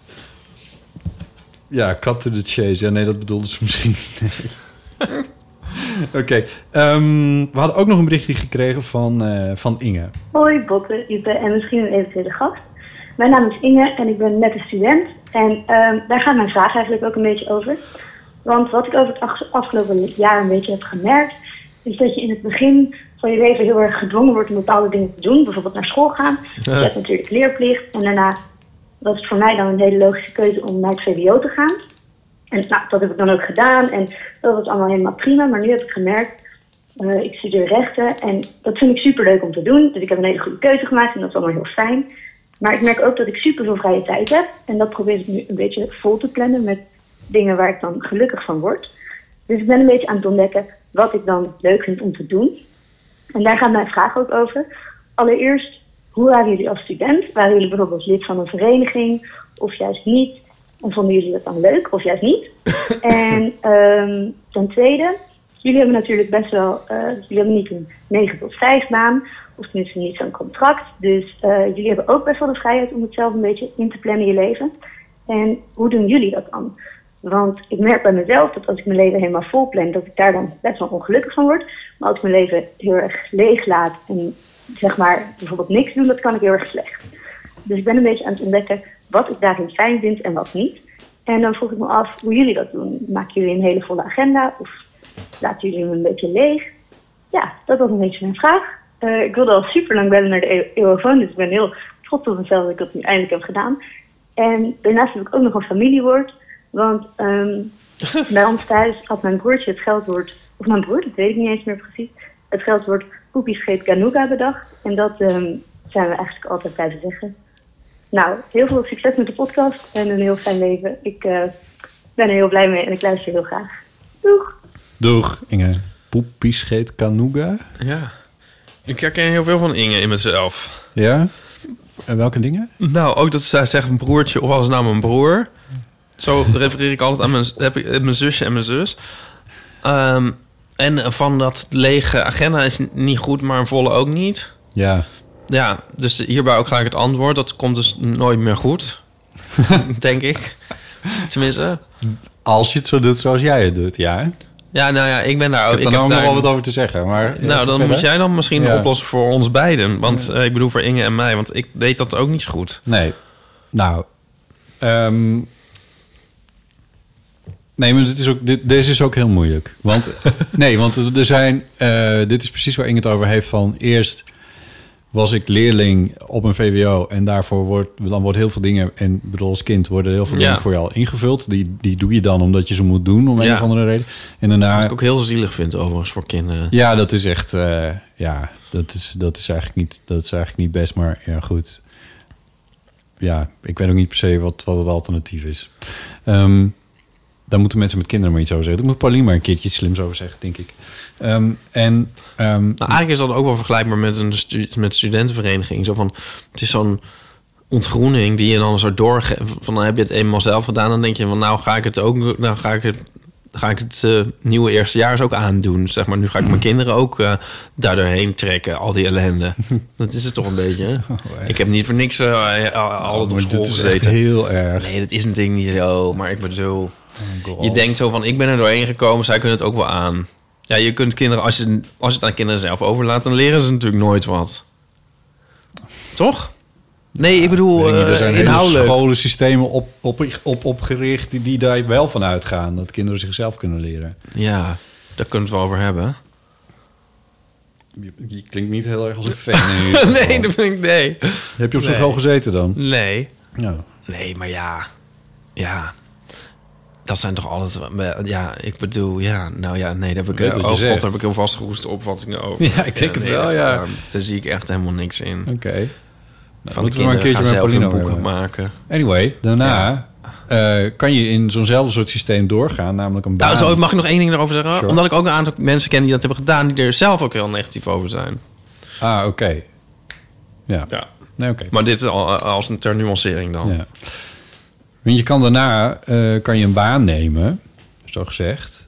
Ja, cut to the chase. Ja, nee, dat bedoelde ze misschien niet. Nee. Oké. We hadden ook nog een berichtje gekregen van Inge. Hoi Botte, Ipe en misschien een eventuele gast. Mijn naam is Inge en ik ben net een student. En daar gaat mijn vraag eigenlijk ook een beetje over. Want wat ik over het afgelopen jaar een beetje heb gemerkt... is dat je in het begin van je leven heel erg gedwongen wordt om bepaalde dingen te doen. Bijvoorbeeld naar school gaan. Je hebt natuurlijk leerplicht. En daarna was het voor mij dan een hele logische keuze om naar het VWO te gaan. En nou, dat heb ik dan ook gedaan. En dat was allemaal helemaal prima. Maar nu heb ik gemerkt, ik studeer rechten. En dat vind ik superleuk om te doen. Dus ik heb een hele goede keuze gemaakt en dat is allemaal heel fijn. Maar ik merk ook dat ik super veel vrije tijd heb. En dat probeer ik nu een beetje vol te plannen met dingen waar ik dan gelukkig van word. Dus ik ben een beetje aan het ontdekken wat ik dan leuk vind om te doen. En daar gaat mijn vraag ook over. Allereerst, hoe waren jullie als student? Waren jullie bijvoorbeeld lid van een vereniging of juist niet? En vonden jullie dat dan leuk of juist niet? En ten tweede, jullie hebben natuurlijk best wel... jullie hebben niet een 9 tot 5 baan, of tenminste niet zo'n contract. Dus jullie hebben ook best wel de vrijheid om het zelf een beetje in te plannen in je leven. En hoe doen jullie dat dan? Want ik merk bij mezelf dat als ik mijn leven helemaal vol plan, dat ik daar dan best wel ongelukkig van word. Maar als ik mijn leven heel erg leeg laat en zeg maar bijvoorbeeld niks doen, dat kan ik heel erg slecht. Dus ik ben een beetje aan het ontdekken wat ik daarin fijn vind en wat niet. En dan vroeg ik me af hoe jullie dat doen. Maken jullie een hele volle agenda of laten jullie hem een beetje leeg? Ja, dat was een beetje mijn vraag. Ik wilde al super lang bellen naar de EOFoon, dus ik ben heel trots op mezelf dat ik dat nu eindelijk heb gedaan. En daarnaast heb ik ook nog een familiewoord. Want bij ons thuis had mijn broertje het scheldwoord, of mijn broer, dat weet ik niet eens meer precies, het scheldwoord poepie scheet kanuga bedacht. En dat zijn we eigenlijk altijd blijven zeggen. Nou, heel veel succes met de podcast en een heel fijn leven. Ik ben er heel blij mee en ik luister heel graag. Doeg! Doeg, Inge. Poepie scheet kanuga? Ja. Ik herken heel veel van Inge in mezelf. Ja? En welke dingen? Nou, ook dat zij zegt een broertje of als nou mijn broer. Zo refereer ik altijd aan mijn zusje en mijn zus. En van dat lege agenda is niet goed, maar een volle ook niet. Ja. Ja, dus hierbij ook gelijk het antwoord. Dat komt dus nooit meer goed, denk ik. Tenminste. Als je het zo doet zoals jij het doet, ja. Ja, nou ja, ik ben daar ook... Ik heb daar ook nog wel wat over te zeggen, maar... Nou, dan moet jij dan misschien oplossen voor ons beiden. Want ik bedoel voor Inge en mij, want ik weet dat ook niet zo goed. Nee. Nou... Nee, maar deze is ook heel moeilijk. Want want er zijn... dit is precies waar Inge het over heeft van... Eerst was ik leerling op een VWO... en daarvoor wordt heel veel dingen... en bedoel, als kind worden heel veel dingen voor je al ingevuld. Die doe je dan omdat je ze moet doen... om een of andere reden. En daarna... Wat ik ook heel zielig vind overigens voor kinderen. Ja, dat is echt... dat is eigenlijk niet best, maar ja, goed. Ja, ik weet ook niet per se wat het alternatief is. Daar moeten mensen met kinderen maar iets over zeggen. Daar moet Paulien maar een keertje iets slims over zeggen, denk ik. Nou, eigenlijk is dat ook wel vergelijkbaar met studentenvereniging. Zo van, het is zo'n ontgroening die je dan zo doorgeeft. Van dan heb je het eenmaal zelf gedaan. Dan denk je van, nou ga ik het ook... Dan ga ik het nieuwe eerstejaars ook aandoen. Zeg maar, nu ga ik mijn kinderen ook daar doorheen trekken. Al die ellende. Dat is het toch een beetje. Hè? Ik heb niet voor niks altijd op school gezeten. Dit is echt heel erg. Nee, dat is natuurlijk niet zo. Maar ik bedoel... je denkt zo van, ik ben er doorheen gekomen. Zij kunnen het ook wel aan. Ja, je kunt kinderen... Als je het aan kinderen zelf overlaat... dan leren ze natuurlijk nooit wat. Toch? Nee, ik bedoel, er zijn inhoudelijk. hele scholensystemen opgericht die daar wel van uitgaan. Dat kinderen zichzelf kunnen leren. Ja, daar kunnen we het wel over hebben. Je klinkt niet heel erg als een fan. Nee, dat vind ik... Nee. Heb je op zo'n school gezeten dan? Nee. Ja. Nee, maar ja. Ja. Dat zijn toch altijd... Ja, ik bedoel... Ja, nou ja, nee, daar heb Weet wat je ik... zegt. daar heb ik heel vastgeroeste opvattingen over. Ja, ik denk het wel, ja. Daar zie ik echt helemaal niks in. Oké. Nou, Van de moeten we maar een kinderen keertje gaan met zelf Paulino hun boeken hebben. maken. Anyway, daarna kan je in zo'nzelfde soort systeem doorgaan, namelijk een baan. Nou, zo mag ik nog één ding erover zeggen. Sure. Omdat ik ook een aantal mensen ken die dat hebben gedaan... die er zelf ook heel negatief over zijn. Ah, oké. Ja. Ja. Nee, oké. Maar dit als een ter nuancering dan. Ja. Want je kan daarna kan je een baan nemen, zo gezegd.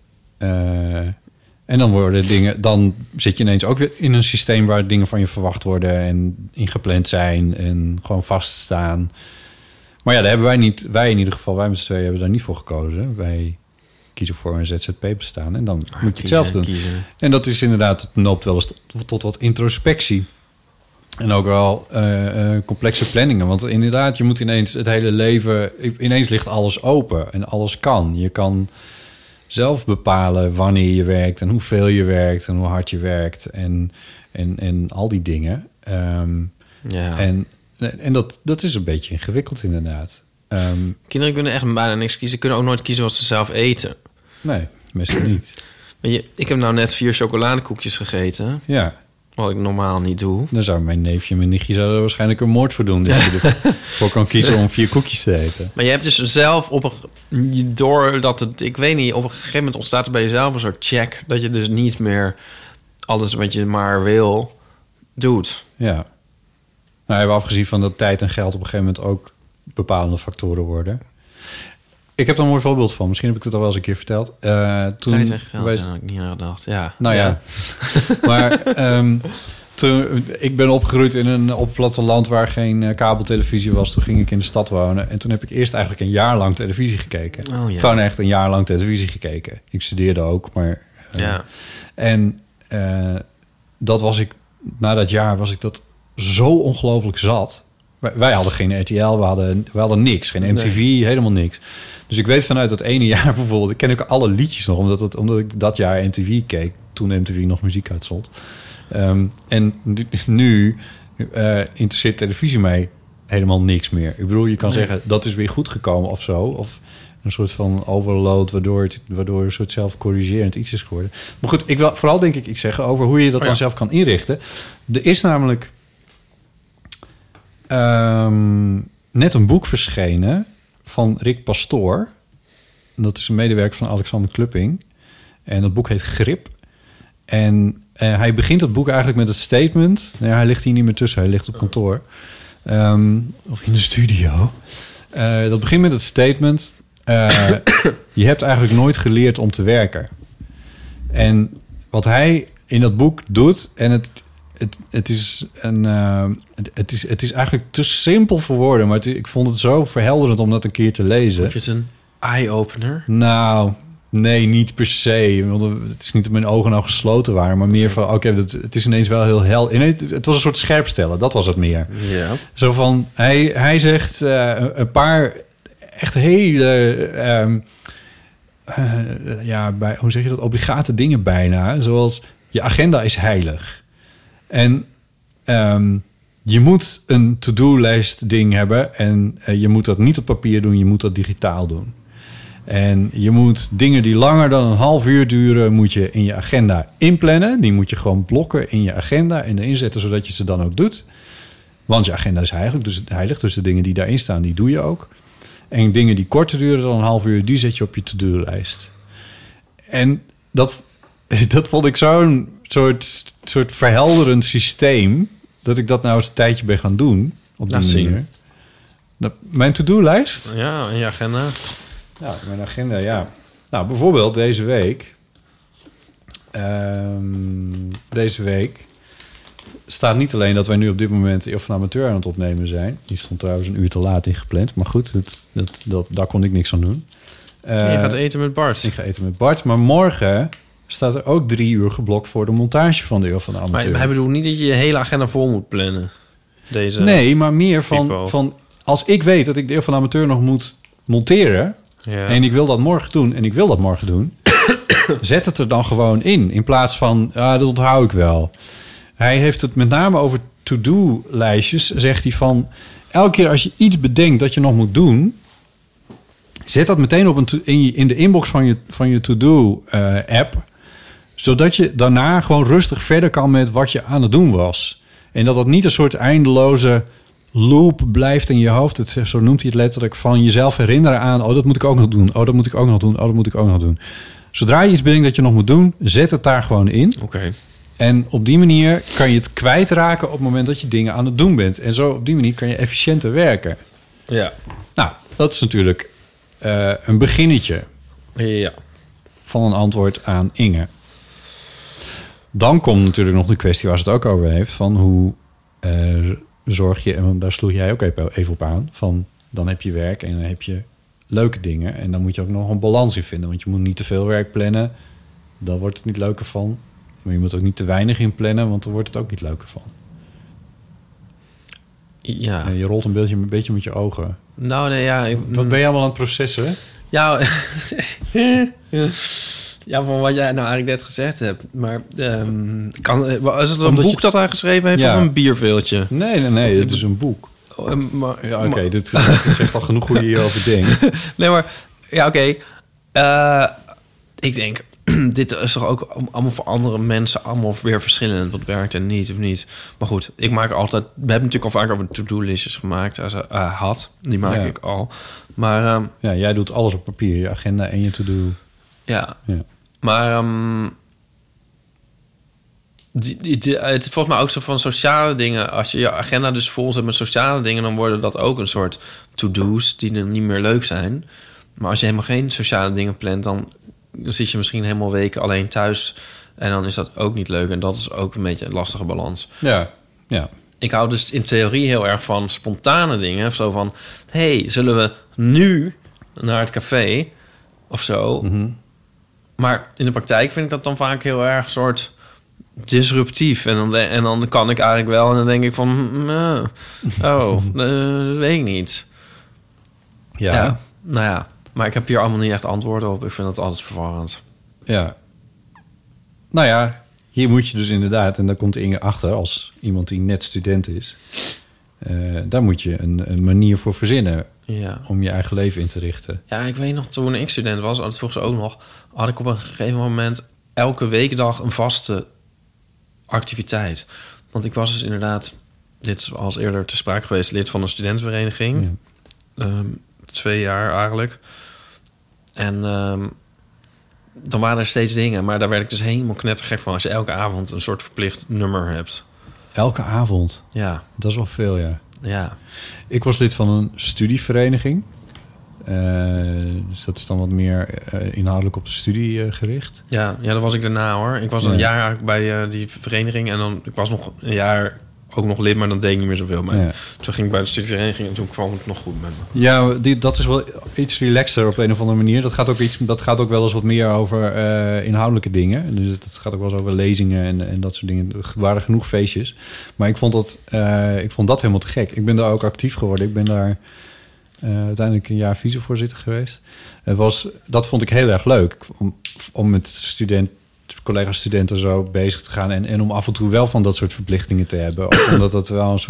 En dan worden dingen... Dan zit je ineens ook weer in een systeem waar dingen van je verwacht worden en ingepland zijn en gewoon vaststaan. Maar ja, daar hebben wij niet... Wij in ieder geval, wij met z'n tweeën hebben daar niet voor gekozen. Wij kiezen voor een ZZP-bestaan en dan moet je het zelf doen. Kiezen. En dat is inderdaad, het noopt wel eens tot wat introspectie. En ook wel complexe planningen. Want inderdaad, je moet ineens het hele leven... Ineens ligt alles open en alles kan. Je kan zelf bepalen wanneer je werkt en hoeveel je werkt en hoe hard je werkt en al die dingen. Ja. En dat is een beetje ingewikkeld inderdaad. Kinderen kunnen echt bijna niks kiezen. Kunnen ook nooit kiezen wat ze zelf eten. Nee, meestal niet. Maar ik heb nou net 4 chocoladekoekjes gegeten. Ja. Wat ik normaal niet doe. Dan zou mijn neefje en mijn nichtje zouden er waarschijnlijk een moord voor doen. Dat je ervoor kan kiezen om 4 koekjes te eten. Maar je hebt dus zelf doordat het... Ik weet niet, op een gegeven moment ontstaat er bij jezelf een soort check... dat je dus niet meer alles wat je maar wil, doet. Ja. Nou, hebben afgezien van dat tijd en geld op een gegeven moment ook bepalende factoren worden. Ik heb daar een mooi voorbeeld van. Misschien heb ik het al wel eens een keer verteld. Toen Tijd en geld, heb ik niet aan gedacht. Ja. Nou ja. Maar toen, ik ben opgegroeid op het platteland waar geen kabeltelevisie was. Toen ging ik in de stad wonen. En toen heb ik eerst eigenlijk een jaar lang televisie gekeken. Oh, ja. Gewoon echt een jaar lang televisie gekeken. Ik studeerde ook, maar... Ja. En dat was ik... Na dat jaar was ik dat zo ongelooflijk zat. Wij hadden geen RTL, we hadden niks. Geen MTV, helemaal niks. Dus ik weet vanuit dat ene jaar bijvoorbeeld... Ik ken ook alle liedjes nog, omdat ik dat jaar MTV keek. Toen MTV nog muziek uitzond. En nu interesseert televisie mij helemaal niks meer. Ik bedoel, je kan zeggen, dat is weer goed gekomen of zo. Of een soort van overload, waardoor een soort zelfcorrigerend iets is geworden. Maar goed, ik wil vooral denk ik iets zeggen over hoe je dat dan zelf kan inrichten. Er is namelijk net een boek verschenen van Rick Pastoor. Dat is een medewerker van Alexander Klupping. En dat boek heet Grip. En hij begint het boek eigenlijk met het statement... Nee, hij ligt hier niet meer tussen, hij ligt op kantoor. Of in de studio. Dat begint met het statement... je hebt eigenlijk nooit geleerd om te werken. En wat hij in dat boek doet... en het is eigenlijk te simpel voor woorden... maar ik vond het zo verhelderend om dat een keer te lezen. Of je het een eye-opener? Nou, nee, niet per se. Want het is niet dat mijn ogen nou gesloten waren... maar meer van, oké, het is ineens wel heel helder. Het was een soort scherpstellen, dat was het meer. Ja. Zo van, hij zegt een paar echt hele... hoe zeg je dat? Obligate dingen bijna. Zoals, je agenda is heilig. En je moet een to-do-lijst ding hebben... en je moet dat niet op papier doen, je moet dat digitaal doen. En je moet dingen die langer dan een half uur duren... moet je in je agenda inplannen. Die moet je gewoon blokken in je agenda en erin zetten... zodat je ze dan ook doet. Want je agenda is heilig, dus de dingen die daarin staan, die doe je ook. En dingen die korter duren dan een half uur... die zet je op je to-do-lijst. En dat vond ik zo'n soort verhelderend systeem... dat ik dat nou eens een tijdje ben gaan doen. Op die manier. Mijn to-do-lijst? Ja, in je agenda. Ja, mijn agenda, ja. Nou, bijvoorbeeld deze week... Deze week staat niet alleen dat wij nu op dit moment de Eeuw van de Amateur aan het opnemen zijn. Die stond trouwens een uur te laat ingepland. Maar goed, daar kon ik niks aan doen. Je gaat eten met Bart. Ik ga eten met Bart. Maar morgen staat er ook 3 uur geblokt voor de montage van de Eeuw van de Amateur. Maar hij bedoelt niet dat je je hele agenda vol moet plannen. Nee, maar meer van als ik weet dat ik de Eeuw van de Amateur nog moet monteren... Ja. En ik wil dat morgen doen... zet het er dan gewoon in plaats van, dat onthoud ik wel. Hij heeft het met name over to-do-lijstjes. Zegt hij van, elke keer als je iets bedenkt dat je nog moet doen... Zet dat meteen op in de inbox van je to-do-app. Zodat je daarna gewoon rustig verder kan met wat je aan het doen was. En dat niet een soort eindeloze loop blijft in je hoofd. Zo noemt hij het letterlijk, van jezelf herinneren aan... oh, dat moet ik ook nog doen. Oh, dat moet ik ook nog doen. Oh, dat moet ik ook nog doen. Zodra je iets bedenkt dat je nog moet doen, zet het daar gewoon in. Oké. En op die manier kan je het kwijtraken op het moment dat je dingen aan het doen bent. En zo op die manier kan je efficiënter werken. Ja. Nou, dat is natuurlijk een beginnetje van een antwoord aan Inge. Dan komt natuurlijk nog de kwestie waar ze het ook over heeft... van hoe zorg je... en daar sloeg jij ook even op aan... van dan heb je werk en dan heb je leuke dingen... en dan moet je ook nog een balans in vinden... want je moet niet te veel werk plannen... dan wordt het niet leuker van... maar je moet ook niet te weinig in plannen... want dan wordt het ook niet leuker van. Ja. Je rolt een beetje met je ogen. Nou, nee, ja... Wat ben je allemaal aan het processen? Ja... Ja, van wat jij nou eigenlijk net gezegd hebt. Maar is het een boek dat hij geschreven heeft of een bierveeltje? Nee, het is een boek. Oké, dit zegt al genoeg hoe je hierover denkt. Nee, maar... Ja, oké. Ik denk... dit is toch ook allemaal voor andere mensen allemaal weer verschillend. Wat werkt en niet of niet. Maar goed, ik maak altijd... We hebben natuurlijk al vaak over to-do-listjes gemaakt. Die maak ik al. Maar... jij doet alles op papier. Je agenda en je to-do. Ja. Maar het is volgens mij ook zo van sociale dingen. Als je agenda dus vol zet met sociale dingen... dan worden dat ook een soort to-do's die dan niet meer leuk zijn. Maar als je helemaal geen sociale dingen plant... dan zit je misschien helemaal weken alleen thuis... en dan is dat ook niet leuk. En dat is ook een beetje een lastige balans. Ja. Ik hou dus in theorie heel erg van spontane dingen. Zo van, zullen we nu naar het café of zo... Mm-hmm. Maar in de praktijk vind ik dat dan vaak heel erg soort disruptief. En dan kan ik eigenlijk wel. En dan denk ik van... dat weet ik niet. Ja. Nou ja. Maar ik heb hier allemaal niet echt antwoorden op. Ik vind dat altijd verwarrend. Ja. Nou ja, hier moet je dus inderdaad... en daar komt Inge achter als iemand die net student is... daar moet je een manier voor verzinnen... om je eigen leven in te richten. Ja, ik weet nog, toen ik student was... dat vroeg ze ook nog... had ik op een gegeven moment... elke weekdag een vaste activiteit. Want ik was dus inderdaad... dit was eerder te sprake geweest... lid van een studentenvereniging. Ja. 2 jaar eigenlijk. En dan waren er steeds dingen... maar daar werd ik dus helemaal knettergek van... als je elke avond een soort verplicht nummer hebt... Elke avond? Ja. Dat is wel veel, ja. Ja. Ik was lid van een studievereniging. Dus dat is dan wat meer inhoudelijk op de studie gericht. Ja, dat was ik daarna hoor. Ik was een jaar eigenlijk bij die vereniging. En dan, ik was nog een jaar ook nog lid, maar dan deed ik niet meer zoveel. Maar toen ging ik bij de studievereniging en toen kwam het nog goed met me. Ja, dat is wel iets relaxter op een of andere manier. Dat gaat ook wel eens wat meer over inhoudelijke dingen. Dus dat gaat ook wel eens over lezingen en dat soort dingen. Er waren genoeg feestjes. Maar ik vond dat helemaal te gek. Ik ben daar ook actief geworden. Ik ben daar uiteindelijk een jaar vicevoorzitter geweest. Dat vond ik heel erg leuk. Om met collega-studenten zo bezig te gaan... en om af en toe wel van dat soort verplichtingen te hebben. Ook omdat dat wel een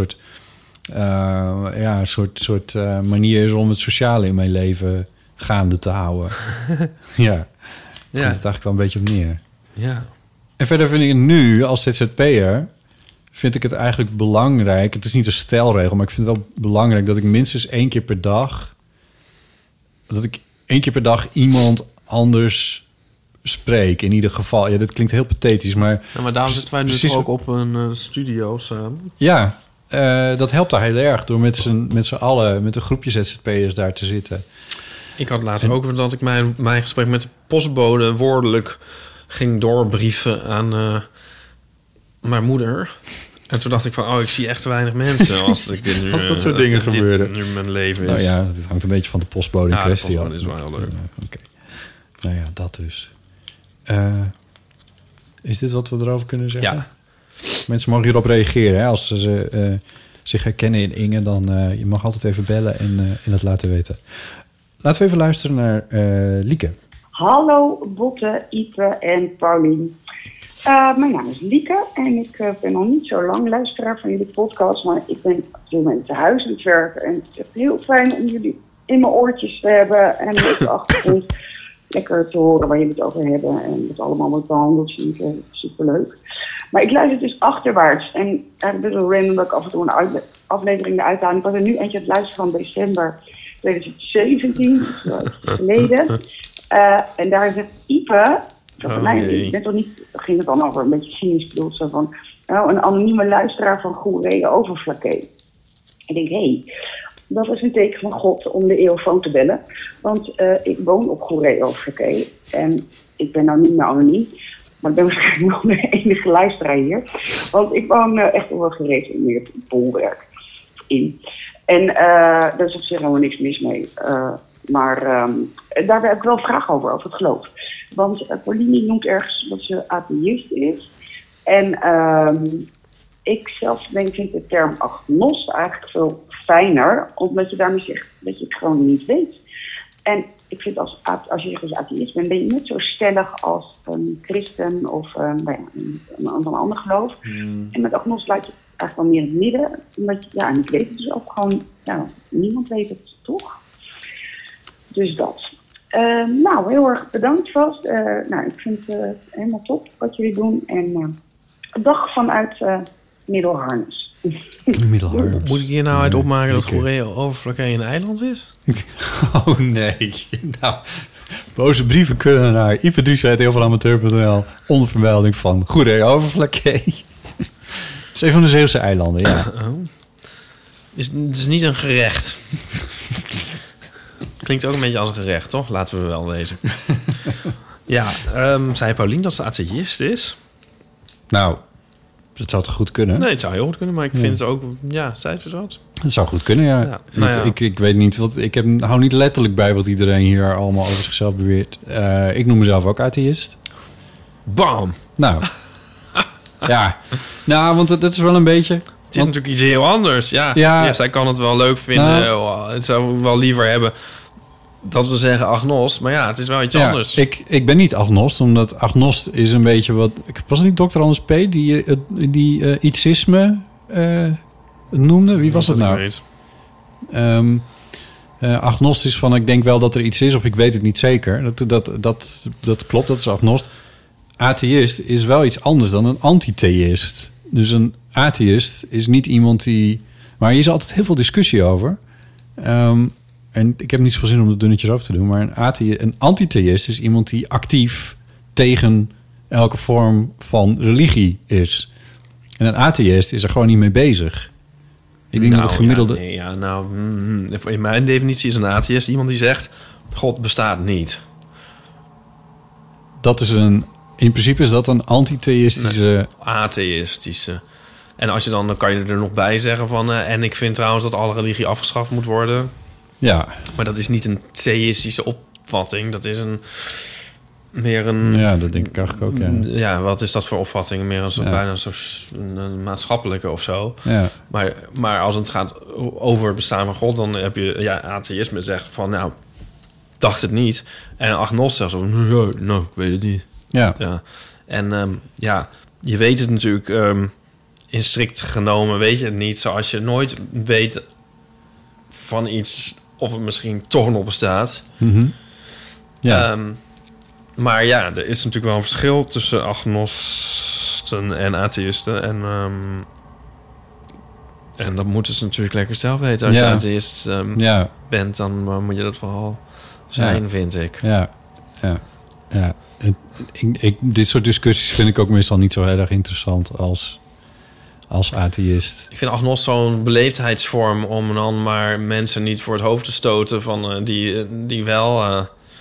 soort manier is om het sociale in mijn leven gaande te houden. Daar komt het eigenlijk wel een beetje op neer. Ja. En verder vind ik het nu, als ZZP'er... vind ik het eigenlijk belangrijk... het is niet een stelregel, maar ik vind het wel belangrijk... dat ik minstens 1 keer per dag... dat ik 1 keer per dag iemand anders... spreek, in ieder geval. Ja, dit klinkt heel pathetisch, maar... Ja, maar daarom zitten wij nu ook op een studio samen. Ja, dat helpt daar heel erg... door met z'n allen, met een groepje ZZP'ers daar te zitten. Ik had laatst ook dat ik mijn gesprek met de postbode... woordelijk ging doorbrieven aan mijn moeder. En toen dacht ik van, ik zie echt te weinig mensen... als ik dit nu, als dat soort dingen gebeuren. Nu mijn leven is. Nou ja, het hangt een beetje van de postbode in kwestie af. Ja, dat is wel heel leuk. Oké. Nou ja, dat dus. Is dit wat we erover kunnen zeggen? Ja. Mensen mogen hierop reageren. Hè? Als ze zich herkennen in Inge, dan je mag altijd even bellen en het laten weten. Laten we even luisteren naar Lieke. Hallo Botte, Ipe en Paulien. Mijn naam is Lieke en ik ben al niet zo lang luisteraar van jullie podcast, maar ik ben op dit moment te huis aan het werken en het is echt heel fijn om jullie in mijn oortjes te hebben en op de achtergrond lekker te horen waar jullie het over hebben. En het allemaal wordt behandeld, vind ik superleuk. Maar ik luister dus achterwaarts. En eigenlijk best wel random dat ik af en toe een aflevering eruit haal. Ik was er nu eentje aan het luisteren van december 2017, dat is wel even geleden. En daar zegt Ipe, ging het dan over een beetje cynisch bedoeld, zo van, een anonieme luisteraar van Goeree Overflakkee. Ik denk, dat is een teken van God om de eeuwfoon te bellen. Want ik woon op Goeree Overflakkee en ik ben nou niet meer anoniem. Maar ik ben waarschijnlijk nog de enige luisteraar hier. Want ik woon echt wel gereformeerd bolwerk in. En daar is op zich helemaal niks mis mee. Maar daar heb ik wel een vraag over het geloof. Want Pauline noemt ergens dat ze atheïst is. En ik zelf vind de term agnost eigenlijk veel fijner. Omdat je daarmee zegt dat je het gewoon niet weet. En ik vind als je zegt dat je atheïst bent, ben je net zo stellig als een christen of een ander geloof. En met agnost laat je het eigenlijk wel meer in het midden. Omdat en ik weet het dus ook gewoon, niemand weet het toch? Dus dat. Heel erg bedankt vast. Ik vind het helemaal top wat jullie doen. En dag vanuit Middelharnis. Moet ik hier nou uit opmaken dat Goeree Overflakkee een eiland is? Oh nee. Nou, boze brieven kunnen naar ipedries@eeuwvanamateur.nl onder vermelding van Goeree Overflakkee. Het is een van de Zeeuwse eilanden, ja. Het is niet een gerecht. Klinkt ook een beetje als een gerecht, toch? Laten we wel lezen. Zei Paulien dat ze atheïst is? Nou, het zou toch goed kunnen? Nee, het zou heel goed kunnen, maar ik vind het ook... Ja, zei ze dat? Het zou goed kunnen, ja. Ik weet niet, hou niet letterlijk bij wat iedereen hier allemaal over zichzelf beweert. Ik noem mezelf ook atheïst. Bam! Nou, ja. Nou, want dat is wel een beetje... Het is natuurlijk iets heel anders. Ja, zij kan het wel leuk vinden. Het zou wel liever hebben dat we zeggen agnost. Maar het is wel iets anders. Ik ben niet agnost, omdat agnost is een beetje wat... Was het niet Dr. Anders P. die ietsisme noemde? Wie was het nou? Agnost is van, ik denk wel dat er iets is of ik weet het niet zeker. Dat klopt, dat is agnost. Atheïst is wel iets anders dan een antitheïst. Dus een atheïst is niet iemand die... Maar hier is altijd heel veel discussie over. En ik heb niet zoveel zin om er dunnetjes over te doen. Maar een antitheïst is iemand die actief tegen elke vorm van religie is. En een atheïst is er gewoon niet mee bezig. Ik denk dat het gemiddelde... in mijn definitie is een atheïst iemand die zegt... God bestaat niet. Dat is in principe is dat een antitheïstische... Nee, atheïstische. En als je dan kan je er nog bij zeggen van... en ik vind trouwens dat alle religie afgeschaft moet worden. Ja. Maar dat is niet een theïstische opvatting. Dat is meer een... Ja, dat denk ik eigenlijk ook, ja. Ja, wat is dat voor opvatting? Meer een soort bijna een maatschappelijke of zo. Ja. Maar als het gaat over het bestaan van God... dan heb je atheïsme zegt van... dacht het niet. En agnost zegt zo... ik weet het niet. Ja. En je weet het natuurlijk... in strikt genomen weet je het niet. Zoals je nooit weet van iets... of het misschien toch nog bestaat. Mm-hmm. Ja. Maar er is natuurlijk wel een verschil... tussen agnosten en atheïsten. En dat moeten ze natuurlijk lekker zelf weten. Als je atheïst bent... dan moet je dat vooral zijn, vind ik. Ja. Dit soort discussies vind ik ook meestal niet zo heel erg interessant als atheïst. Ik vind agnost zo'n beleefdheidsvorm om dan maar mensen niet voor het hoofd te stoten van die wel...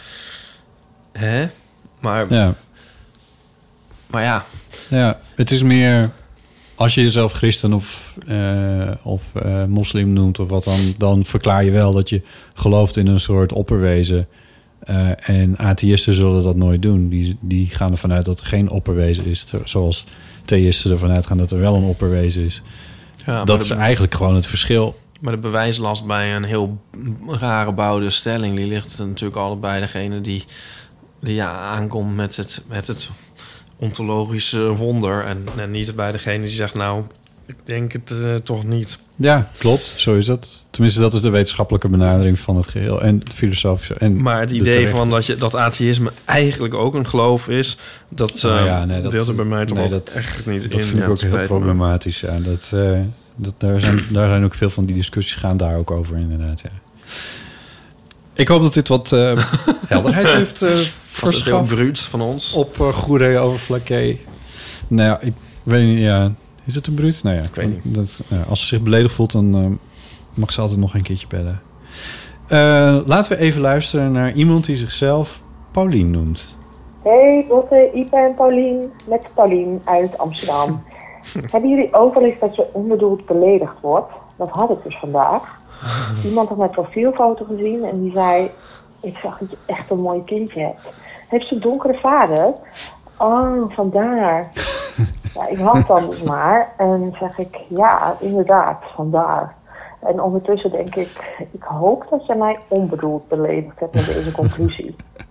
Maar... Ja. Maar ja. Ja, het is meer... Als je jezelf christen of moslim noemt of wat dan verklaar je wel dat je gelooft in een soort opperwezen. En atheïsten zullen dat nooit doen. Die gaan ervan uit dat er geen opperwezen is. Zoals theïsten ervan uitgaan dat er wel een opperwezen is. Ja, dat is eigenlijk gewoon het verschil. Maar de bewijslast bij een heel rare bouwde stelling... die ligt natuurlijk allebei degene die aankomt met het ontologische wonder... en niet bij degene die zegt... nou, Ik denk het toch niet. Ja, klopt. Zo is dat. Tenminste, dat is de wetenschappelijke benadering van het geheel. En de filosofische. En maar het idee van dat atheïsme eigenlijk ook een geloof is... dat wilde bij mij toch echt niet in. Dat vind ik ook heel problematisch. Ja. Daar zijn ook veel van die discussies gaan daar ook over, inderdaad. Ja. Ik hoop dat dit wat helderheid heeft verschaft. Heel bruut van ons. Op Goeree over Flaké. Nou ja, ik weet niet... Ja, is het een bruut? Nou ja, ik weet niet. Als ze zich beledigd voelt, dan mag ze altijd nog een keertje bellen. Laten we even luisteren naar iemand die zichzelf Paulien noemt. Hey Botte, Ipe en Paulien. Met Paulien uit Amsterdam. Hebben jullie ook wel eens dat je onbedoeld beledigd wordt? Dat had ik dus vandaag. Iemand had mijn profielfoto gezien en die zei... Ik zag dat je echt een mooi kindje hebt. Heeft ze een donkere vader? Oh, vandaar. Ja, ik wacht dan dus maar. En zeg ik, ja, inderdaad, vandaar. En ondertussen denk ik hoop dat je mij onbedoeld beledigd hebt met deze conclusie.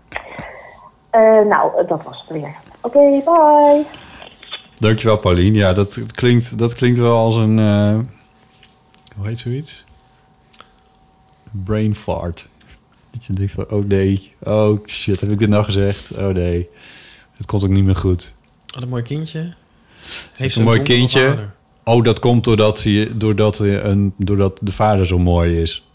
Nou, dat was het weer. Oké, bye. Dankjewel, Paulien. Ja, dat klinkt wel als een... hoe heet zoiets? Brain fart. Dat je denkt van, oh nee. Oh shit, heb ik dit nou gezegd? Oh nee. Het komt ook niet meer goed. Wat een mooi kindje. Heeft een mooi kindje. Vader. Oh, dat komt doordat de vader zo mooi is.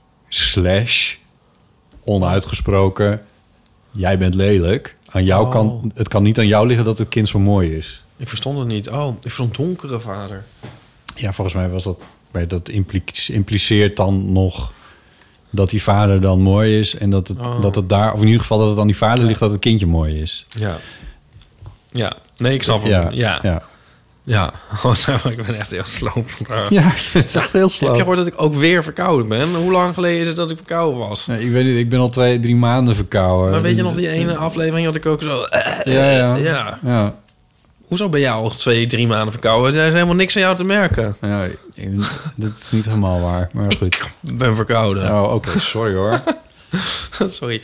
/ onuitgesproken. Jij bent lelijk. Aan jou het kan niet aan jou liggen dat het kind zo mooi is. Ik verstond het niet. Oh, ik vond donkere vader. Ja, volgens mij was dat... Maar dat impliceert dan nog dat die vader dan mooi is... en dat het daar... Of in ieder geval dat het aan die vader ligt dat het kindje mooi is. Ja. Ja. Nee, ik snap het. Ja. Ik ben echt heel sloom. Ja, je bent echt heel sloom. Heb je gehoord dat ik ook weer verkouden ben? Hoe lang geleden is het dat ik verkouden was? Nee, ik weet niet, ik ben al 2-3 maanden verkouden. Maar weet je nog die ene aflevering dat ik ook zo... Ja. Hoezo ben jij al 2-3 maanden verkouden? Er is helemaal niks aan jou te merken. Ja, dat is niet helemaal waar, maar goed. Ik ben verkouden. Oh, oké. Sorry hoor. Sorry.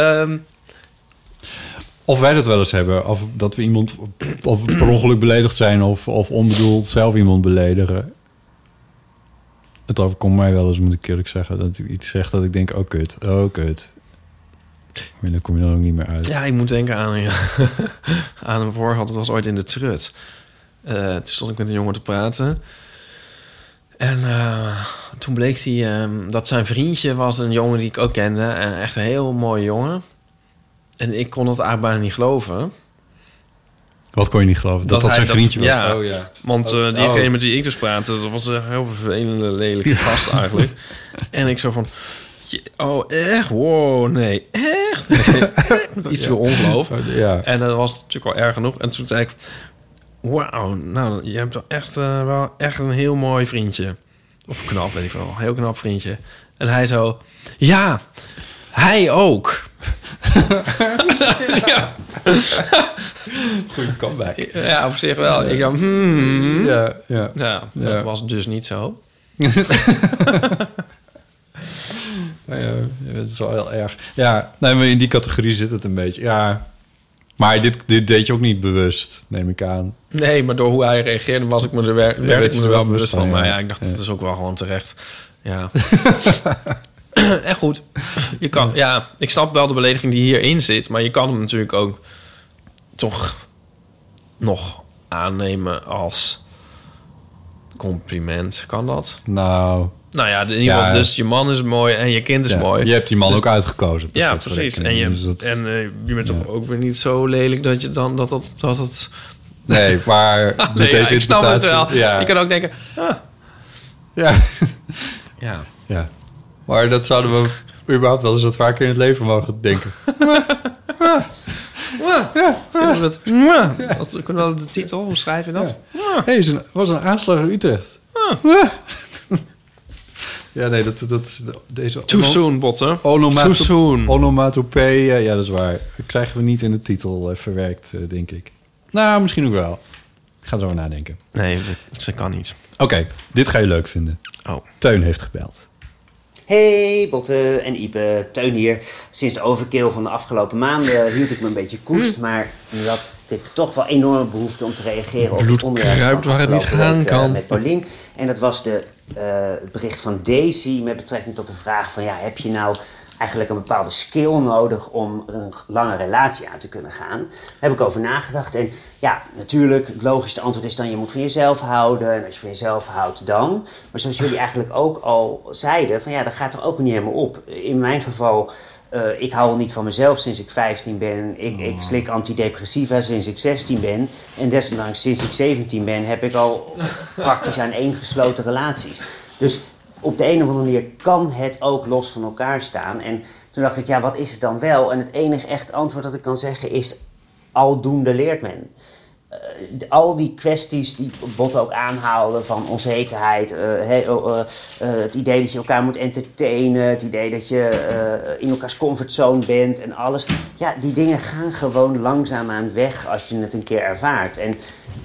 Of wij dat wel eens hebben. Of dat we iemand of per ongeluk beledigd zijn... of onbedoeld zelf iemand beledigen. Het overkomt mij wel eens, moet ik eerlijk zeggen... dat ik iets zeg dat ik denk, oh kut. Maar dan kom je dan ook niet meer uit. Ja, ik moet denken aan een voorgehad. Dat was ooit in de Trut. Toen stond ik met een jongen te praten. En toen bleek hij dat zijn vriendje was een jongen die ik ook kende. En echt een heel mooie jongen. En ik kon het eigenlijk bijna niet geloven. Wat kon je niet geloven? Dat zijn vriendje was? Ja, want diegene met wie ik dus praatte... dat was een heel vervelende, lelijke gast eigenlijk. En ik zo van... Oh, echt? Wow, nee. Echt? Nee. Iets veel ongeloof. Ja. En dat was natuurlijk wel erg genoeg. En toen zei ik... Wauw, nou, je hebt wel echt een heel mooi vriendje. Of knap, weet ik wel. Een heel knap vriendje. En hij zo... Ja, hij ook. Ja. Goeie comeback. Ja, op zich wel. Ik dacht, Ja, dat was dus niet zo. Het is wel heel erg. Ja, nee, maar in die categorie zit het een beetje. Ja, maar dit deed je ook niet bewust, neem ik aan. Nee, maar door hoe hij reageerde werd ik me er wel bewust van. Maar ja, ik dacht, het is ook wel gewoon terecht. Ja. En goed, je kan, ik snap wel de belediging die hierin zit, maar je kan hem natuurlijk ook toch nog aannemen als compliment. Kan dat? Nou ja, in ieder geval, dus je man is mooi en je kind is mooi. Je hebt die man ook uitgekozen. Ja, precies. En je bent toch ook weer niet zo lelijk dat je dan dat het... Nee, maar met deze ik snap het wel. Ja. Je kan ook denken... Ja. Maar dat zouden we überhaupt wel eens wat vaker in het leven mogen denken. Kunnen we wel de titel omschrijven dat? Hey, was een aanslag in Utrecht. Ja, nee, deze... Too soon, Botte. Too soon. Onomatopee, ja, dat is waar. Dat krijgen we niet in de titel verwerkt, denk ik. Nou, misschien ook wel. Ik ga erover nadenken. Nee, dat kan niet. Oké, dit ga je leuk vinden. Oh. Teun heeft gebeld. Hey, Botte en Ipe, Teun hier. Sinds de overkill van de afgelopen maanden hield ik me een beetje koest. Maar nu dat ik toch wel enorme behoefte om te reageren op het Bloed onderwerp kruipt van waar het niet afgelopen gaan week, kan. met Paulien. En dat was het bericht van Daisy met betrekking tot de vraag van... ja, heb je nou eigenlijk een bepaalde skill nodig om een lange relatie aan te kunnen gaan? Daar heb ik over nagedacht. En ja, natuurlijk, het logische antwoord is dan... je moet van jezelf houden. En als je van jezelf houdt, dan. Maar zoals jullie eigenlijk ook al zeiden... van ja, dat gaat er ook niet helemaal op. In mijn geval... ik hou al niet van mezelf sinds ik 15 ben. Ik slik antidepressiva sinds ik 16 ben. En desondanks sinds ik 17 ben... heb ik al praktisch aaneengesloten relaties. Dus op de een of andere manier kan het ook los van elkaar staan. En toen dacht ik, ja, wat is het dan wel? En het enige echt antwoord dat ik kan zeggen is... aldoende leert men. Al die kwesties die Botte ook aanhaalde van onzekerheid, het idee dat je elkaar moet entertainen, het idee dat je in elkaars comfortzone bent en alles. Ja, die dingen gaan gewoon langzaamaan weg als je het een keer ervaart. En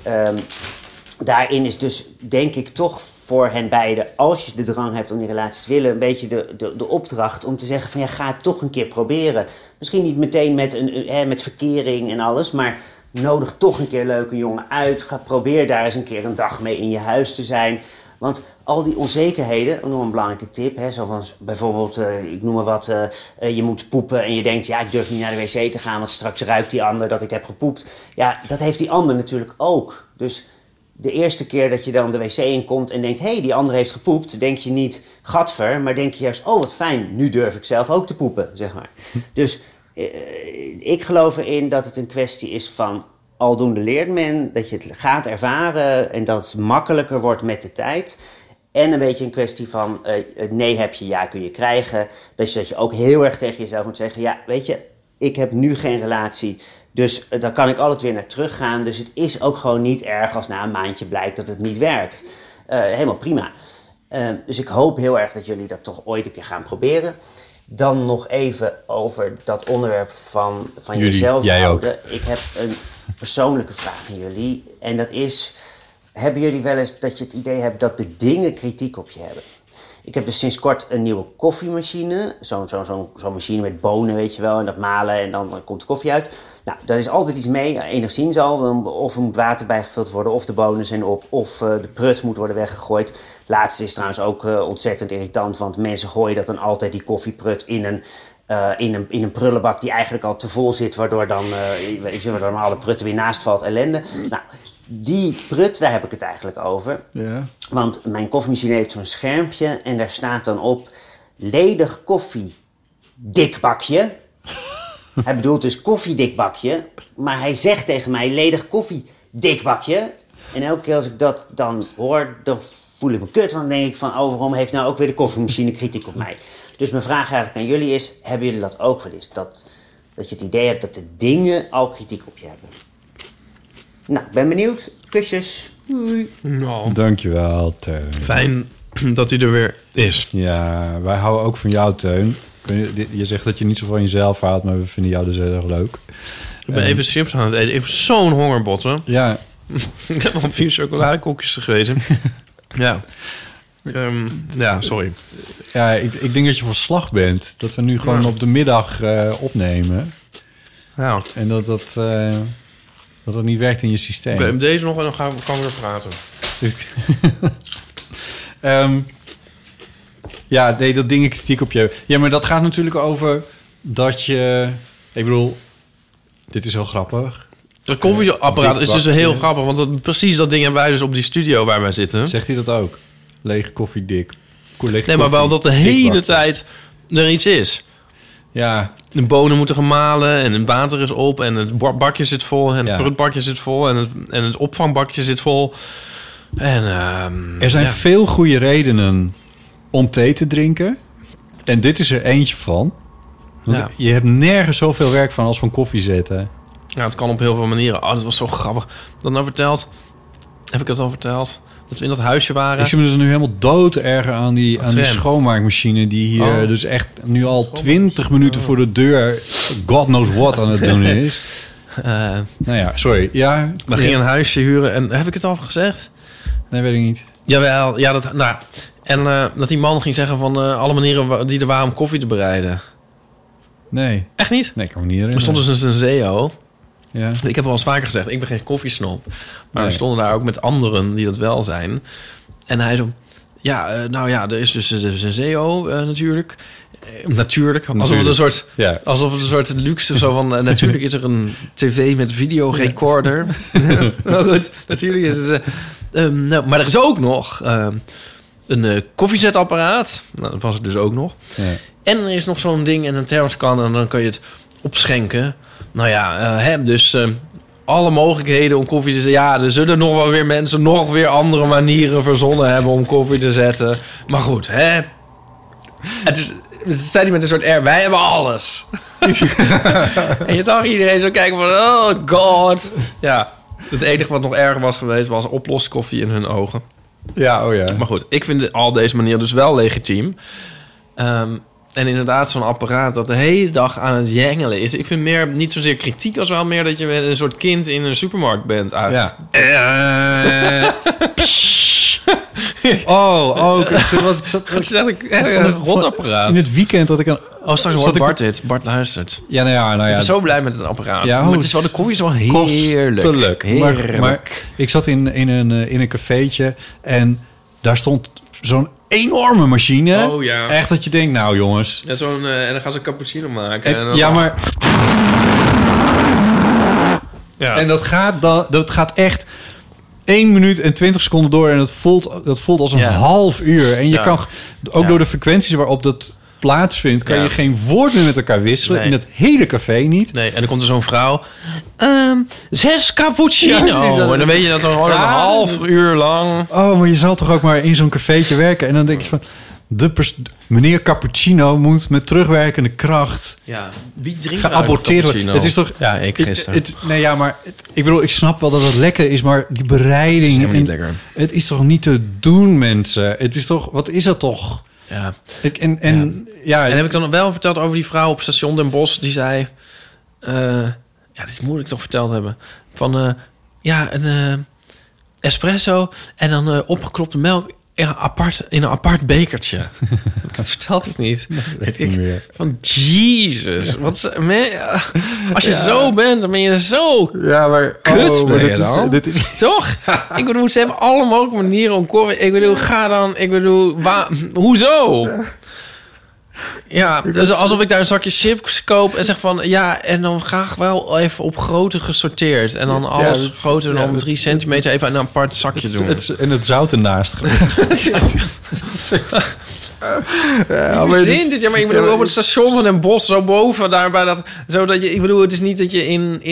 daarin is dus, denk ik, toch voor hen beiden, als je de drang hebt om die relatie te willen, een beetje de opdracht om te zeggen van ja, ga het toch een keer proberen. Misschien niet meteen met verkering en alles, maar nodig toch een keer leuke jongen uit. Probeer daar eens een keer een dag mee in je huis te zijn. Want al die onzekerheden, nog een belangrijke tip, hè, zo van bijvoorbeeld, ik noem maar wat, je moet poepen en je denkt, ja, ik durf niet naar de wc te gaan, want straks ruikt die ander dat ik heb gepoept. Ja, dat heeft die ander natuurlijk ook. Dus de eerste keer dat je dan de wc inkomt en denkt, hé, die ander heeft gepoept, denk je niet, gadver, maar denk je juist, oh, wat fijn, nu durf ik zelf ook te poepen, zeg maar. Dus ik geloof erin dat het een kwestie is van aldoende leert men, dat je het gaat ervaren en dat het makkelijker wordt met de tijd. En een beetje een kwestie van nee heb je, ja kun je krijgen. Dat je ook heel erg tegen jezelf moet zeggen, ja weet je, ik heb nu geen relatie, dus dan kan ik altijd weer naar terug gaan. Dus het is ook gewoon niet erg als na een maandje blijkt dat het niet werkt. Helemaal prima. Dus ik hoop heel erg dat jullie dat toch ooit een keer gaan proberen. Dan nog even over dat onderwerp van jullie, jezelf jij houden. ook. Ik heb een persoonlijke vraag aan jullie. En dat is, hebben jullie wel eens dat je het idee hebt dat de dingen kritiek op je hebben? Ik heb dus sinds kort een nieuwe koffiemachine. Zo'n machine met bonen, weet je wel. En dat malen en dan komt de koffie uit. Nou, daar is altijd iets mee, enigszins al. Of er moet water bijgevuld worden, of de bonen zijn op, of de prut moet worden weggegooid. Laatste is trouwens ook ontzettend irritant, want mensen gooien dat dan altijd, die koffieprut, in een prullenbak die eigenlijk al te vol zit, waardoor dan alle prutten weer naast valt, ellende. Nou, die prut, daar heb ik het eigenlijk over. Ja. Want mijn koffiemachine heeft zo'n schermpje en daar staat dan op ledig koffie, dik bakje. Hij bedoelt dus koffiedik bakje, maar hij zegt tegen mij ledig koffie, dik bakje. En elke keer als ik dat dan hoor, dan voel ik me kut, want dan denk ik van, oh, waarom heeft nou ook weer de koffiemachine kritiek op mij? Dus mijn vraag eigenlijk aan jullie is, hebben jullie dat ook wel eens? Dat je het idee hebt dat de dingen al kritiek op je hebben. Nou, ik ben benieuwd. Kusjes. Doei. Nou, Dankjewel, Teun. fijn dat hij er weer is. Ja, wij houden ook van jou, Teun. Je zegt dat je niet zo van jezelf houdt, maar we vinden jou dus heel erg leuk. Ik ben even chips aan het eten. Even zo'n hongerbotten. Ja. Ik heb al 4 chocoladekoekjes gegeten. Ja. Ja, sorry. Ja, ik denk dat je van slag bent. Dat we nu gewoon op de middag opnemen. Ja. En dat niet werkt in je systeem. Oké, deze nog en dan gaan we weer praten. Ja, nee, dat dingen kritiek op je. Ja, maar dat gaat natuurlijk over dat je... Ik bedoel, dit is heel grappig. Dat koffieapparaat is dus heel grappig, want precies dat ding hebben wij dus op die studio waar wij zitten. Zegt hij dat ook? Lege koffie, dik. Nee, maar wel dat de hele tijd er iets is. Ja. De bonen moeten gemalen en het water is op en het bakje zit vol en het prutbakje zit vol en het opvangbakje zit vol. En, er zijn veel goede redenen om thee te drinken. En dit is er eentje van. Want je hebt nergens zoveel werk van als van koffie zetten. Ja, het kan op heel veel manieren. Oh, dat was zo grappig. Dat nou verteld. Heb ik het al verteld? Dat we in dat huisje waren. Ik zie me dus nu helemaal dood erger aan die schoonmaakmachine die hier dus echt nu al 20 minuten voor de deur God knows what aan het doen is. Nou ja, sorry. Ja, we gingen een huisje huren en heb ik het al gezegd? Nee, weet ik niet. Jawel, ja, dat die man ging zeggen van alle manieren die er waren om koffie te bereiden. Nee. Echt niet? Nee, ik kan me niet herinneren. Er stond dus een CEO. Ja. Ik heb al eens vaker gezegd, ik ben geen koffiesnop. Maar we Nee. stonden daar ook met anderen die dat wel zijn. En hij zo... er is dus een CEO natuurlijk. Natuurlijk. Alsof het een soort luxe zo van... natuurlijk is er een tv met videorecorder. Nou goed, natuurlijk is het... maar er is ook nog een koffiezetapparaat. Nou, dat was het dus ook nog. Ja. En er is nog zo'n ding en een thermoskan en dan kan je het opschenken. Nou ja, dus... alle mogelijkheden om koffie te zetten. Ja, er zullen nog wel weer mensen nog weer andere manieren verzonnen hebben om koffie te zetten. Maar goed, hè. Het staat niet met een soort air. Wij hebben alles. En je zag iedereen zo kijken van... oh god. Ja, het enige wat nog erger was geweest... was oploskoffie in hun ogen. Ja, oh ja. Maar goed, ik vind al deze manieren dus wel legitiem. En inderdaad, zo'n apparaat dat de hele dag aan het jengelen is. Ik vind meer niet zozeer kritiek als wel meer dat je een soort kind in een supermarkt bent. Ja. Wat is echt een rotapparaat. In het weekend dat ik een... Straks hoort Bart dit. Bart luistert. Ja, nou ja. Ik ben zo blij met het apparaat. Ja, maar het is wel, de koffie is wel heerlijk. Kostelijk. Maar ik zat in een cafeetje en daar stond zo'n enorme machine. Oh ja. Echt dat je denkt, nou jongens. Ja, en dan gaan ze een cappuccino maken. En dat gaat echt 1 minuut en 20 seconden door. En dat voelt als een half uur. En je kan ook door de frequenties waarop dat plaatsvindt... kan je geen woord meer met elkaar wisselen. Nee. In het hele café niet. Nee, en dan komt er zo'n vrouw... 6 cappuccino. Ja, en dan weet je dat dan gewoon een half uur lang... Oh, maar je zal toch ook maar in zo'n cafeetje werken. En dan denk je van... meneer Cappuccino moet met terugwerkende kracht... Ja, wie drinkt geaborteerd worden. Het is toch... Ja, ik gisteren. Ik bedoel, ik snap wel dat het lekker is... maar die bereiding... Het is helemaal niet lekker. Het is toch niet te doen, mensen? Het is toch... Wat is dat toch? Ja. En heb ik dan wel verteld over die vrouw op station Den Bosch... die zei... dit moet ik toch verteld hebben. Van, een espresso... en dan opgeklopte melk... in een apart bekertje. Dat vertelde ik niet. Weet ik niet meer. Van Jesus. Als je zo bent, dan ben je zo... Ja, maar... Kut ben je dan. Dit is... Toch? Ik bedoel, ze hebben alle mogelijke manieren om koffie... Ik bedoel, ga dan... Ik bedoel, hoezo? Ja, dus alsof ik daar een zakje chips koop en zeg van... ja, en dan graag wel even op grootte gesorteerd. En dan alles groter dan 3 centimeter even in een apart zakje doen. En het zout ernaast. Maar ik bedoel, op het station van Den Bosch, zo boven daar bij dat... Zodat je, ik bedoel, het is niet dat je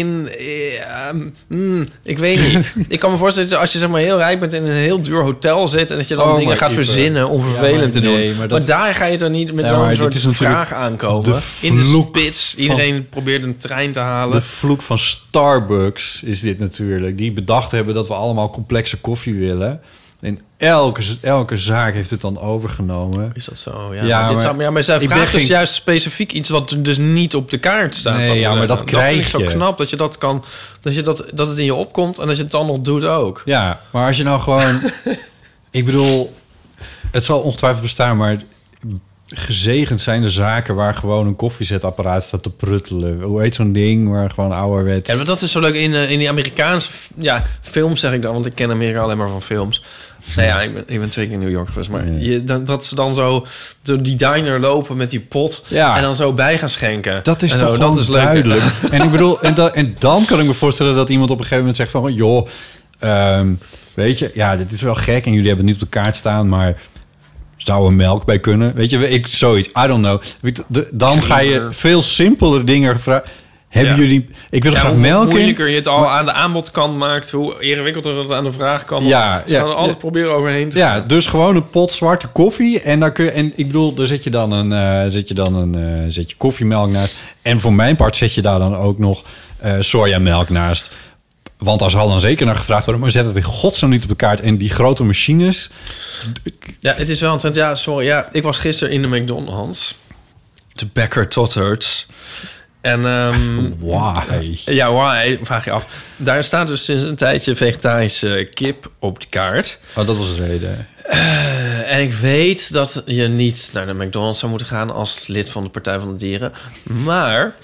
ik weet niet. Ik kan me voorstellen dat als je zeg maar heel rijk bent in een heel duur hotel zit... en dat je dan dingen gaat verzinnen om vervelend te doen. Maar daar ga je dan niet met zo'n soort vraag aankomen. In de spits. Iedereen probeert een trein te halen. De vloek van Starbucks is dit natuurlijk. Die bedacht hebben dat we allemaal complexe koffie willen... En elke zaak heeft het dan overgenomen. Is dat zo? Maar zij vraagt dus juist specifiek iets wat er dus niet op de kaart staat. Nee, maar dat krijg je. Dat vind ik zo knap dat je dat kan, dat het in je opkomt en dat je het dan nog doet ook. Ja, maar als je nou gewoon... ik bedoel, het zal ongetwijfeld bestaan, maar gezegend zijn de zaken waar gewoon een koffiezetapparaat staat te pruttelen. Hoe heet zo'n ding waar gewoon ouderwets... Ja, maar dat is zo leuk in die Amerikaanse films, zeg ik dan, want ik ken Amerika alleen maar van films. Nou ja, ik ben 2 keer in New York geweest, maar dat ze dan zo door die diner lopen met die pot en dan zo bij gaan schenken. Dat is en toch zo, dat is duidelijk. En ik bedoel, en dan kan ik me voorstellen dat iemand op een gegeven moment zegt van, joh, weet je, dit is wel gek en jullie hebben het niet op de kaart staan, maar zou er melk bij kunnen? Weet je, zoiets, I don't know. Dan ga je veel simpelere dingen vragen. Hebben jullie... Ik wil er graag melk in. Hoe moeilijker je het al aan de aanbodkant maakt, hoe ingewikkelder het aan de vraag kan. Ze gaan er altijd proberen overheen te gaan. Ja, dus gewoon een pot zwarte koffie. En dan kun je... En ik bedoel, daar zet je dan zet je koffiemelk naast. En voor mijn part zet je daar dan ook nog sojamelk naast. Want daar zal dan zeker naar gevraagd worden. Maar zet het in godsnaam niet op de kaart. En die grote machines... Ja, het is wel een trend. Ja, sorry. Ja, ik was gisteren in de McDonald's. De Becker Totterts. En why? Ja, why? Vraag je af. Daar staat dus sinds een tijdje vegetarische kip op de kaart. Oh, dat was de reden. En ik weet dat je niet naar de McDonald's zou moeten gaan als lid van de Partij van de Dieren. Maar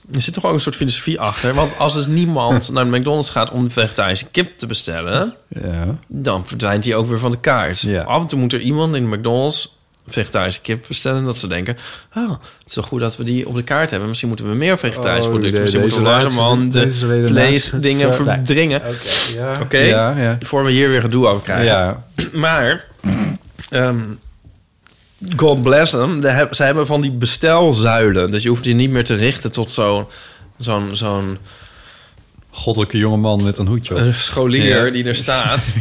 er zit toch ook een soort filosofie achter. Want als dus niemand naar de McDonald's gaat om de vegetarische kip te bestellen... dan verdwijnt die ook weer van de kaart. Ja. Af en toe moet er iemand in de McDonald's vegetarische kip bestellen... dat ze denken, het is toch goed dat we die op de kaart hebben. Misschien moeten we meer vegetarische producten. Misschien moeten we langzamerhand de vleesdingen verdringen. Oké. Ja. Voor we hier weer gedoe over krijgen. Ja. Maar... God bless them. Ze hebben van die bestelzuilen. Dus je hoeft je niet meer te richten tot zo'n goddelijke jongeman met een hoedje op. Een scholier die er staat.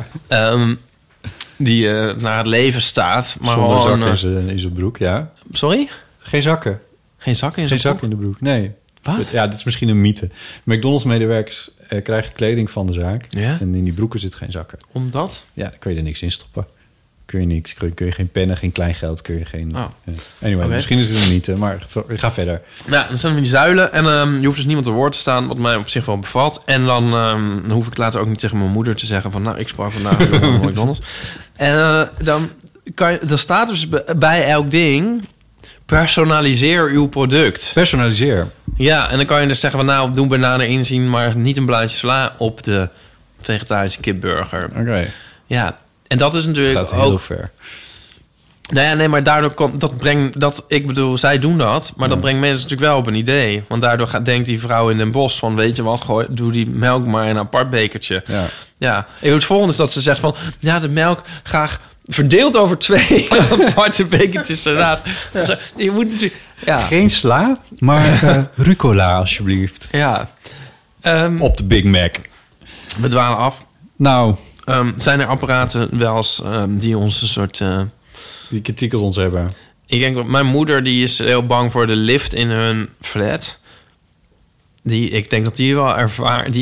Die naar het leven staat. Maar zonder gewoon, zak in zijn broek, ja. Sorry? Geen zakken. Geen zakken in zijn broek? Geen zak in de broek, nee. Wat? Ja, dit is misschien een mythe. McDonald's-medewerkers krijgen kleding van de zaak. Ja? En in die broeken zit geen zakken. Omdat? Ja, dan kun je er niks in stoppen. Kun je niks. Kun je geen pennen, geen kleingeld, kun je geen... Anyway, misschien is het een mythe, maar ga verder. Ja, dan staan we die zuilen en je hoeft dus niemand te woord te staan, wat mij op zich wel bevalt. En dan hoef ik later ook niet tegen mijn moeder te zeggen van, nou, ik spar vandaag weer op McDonald's. En dan staat dus bij elk ding, personaliseer uw product. Personaliseer? Ja, en dan kan je dus zeggen van, nou, doe bananen inzien, maar niet een blaadje sla op de vegetarische kipburger. Oké. Ja. En dat is natuurlijk ook... Dat gaat heel ver. Nou ja, nee, maar daardoor komt... Ik bedoel, zij doen dat. Maar dat brengt mensen natuurlijk wel op een idee. Want daardoor denkt die vrouw in Den Bosch van... Weet je wat, doe die melk maar in een apart bekertje. Ja. En het volgende is dat ze zegt van... Ja, de melk graag verdeeld over 2 aparte bekertjes ernaast. Ja. Dus, je moet natuurlijk... Ja. Geen sla, maar rucola alsjeblieft. Ja. Op de Big Mac. We dwalen af. Nou... zijn er apparaten wel eens die ons een soort... die kritiek als ons hebben? Ik denk dat mijn moeder die is heel bang voor de lift in hun flat. Ik denk dat die wel ervaart...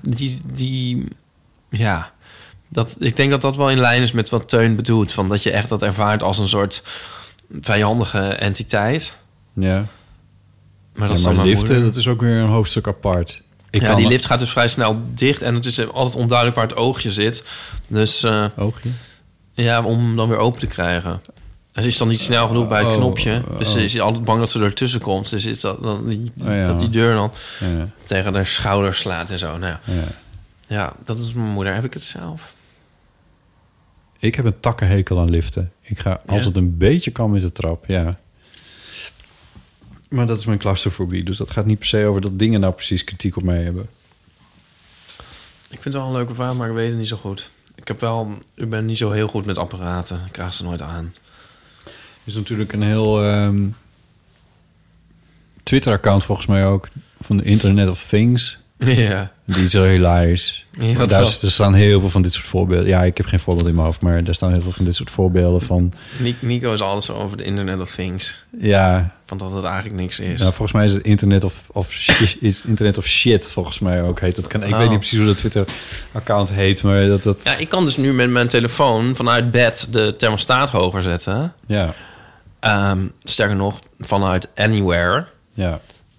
ik denk dat dat wel in lijn is met wat Teun bedoelt. Van dat je echt dat ervaart als een soort vijandige entiteit. Ja. Maar dat is dan mijn liften, moeder. dat is ook weer een hoofdstuk apart. Die lift gaat dus vrij snel dicht. En het is altijd onduidelijk waar het oogje zit. Dus... oogje? Ja, om hem dan weer open te krijgen. Ze is dan niet snel genoeg bij het knopje. Dus ze is altijd bang dat ze ertussen komt. Dus is dat die deur dan tegen haar schouder slaat en zo. Nou, ja, dat is mijn moeder. Heb ik het zelf? Ik heb een takkenhekel aan liften. Ik ga altijd een beetje kalm met de trap, ja. Maar dat is mijn claustrofobie. Dus dat gaat niet per se over dat dingen nou precies kritiek op mij hebben. Ik vind het wel een leuke vraag, maar ik weet het niet zo goed. Ik ben niet zo heel goed met apparaten. Ik krijg ze nooit aan. Er is natuurlijk een heel Twitter-account volgens mij ook... van de Internet of Things. Ja. Die is heel hilarisch. Ja, daar staan heel veel van dit soort voorbeelden. Ja, ik heb geen voorbeeld in mijn hoofd... maar daar staan heel veel van dit soort voorbeelden van... Nico is alles over de Internet of Things. Ja. Want dat het eigenlijk niks is. Nou, volgens mij is het Internet of Shit, volgens mij ook heet dat. Ik weet niet precies hoe dat Twitter-account heet, maar dat... Ja, ik kan dus nu met mijn telefoon vanuit bed de thermostaat hoger zetten. Ja. Sterker nog, vanuit Anywhere. Ja.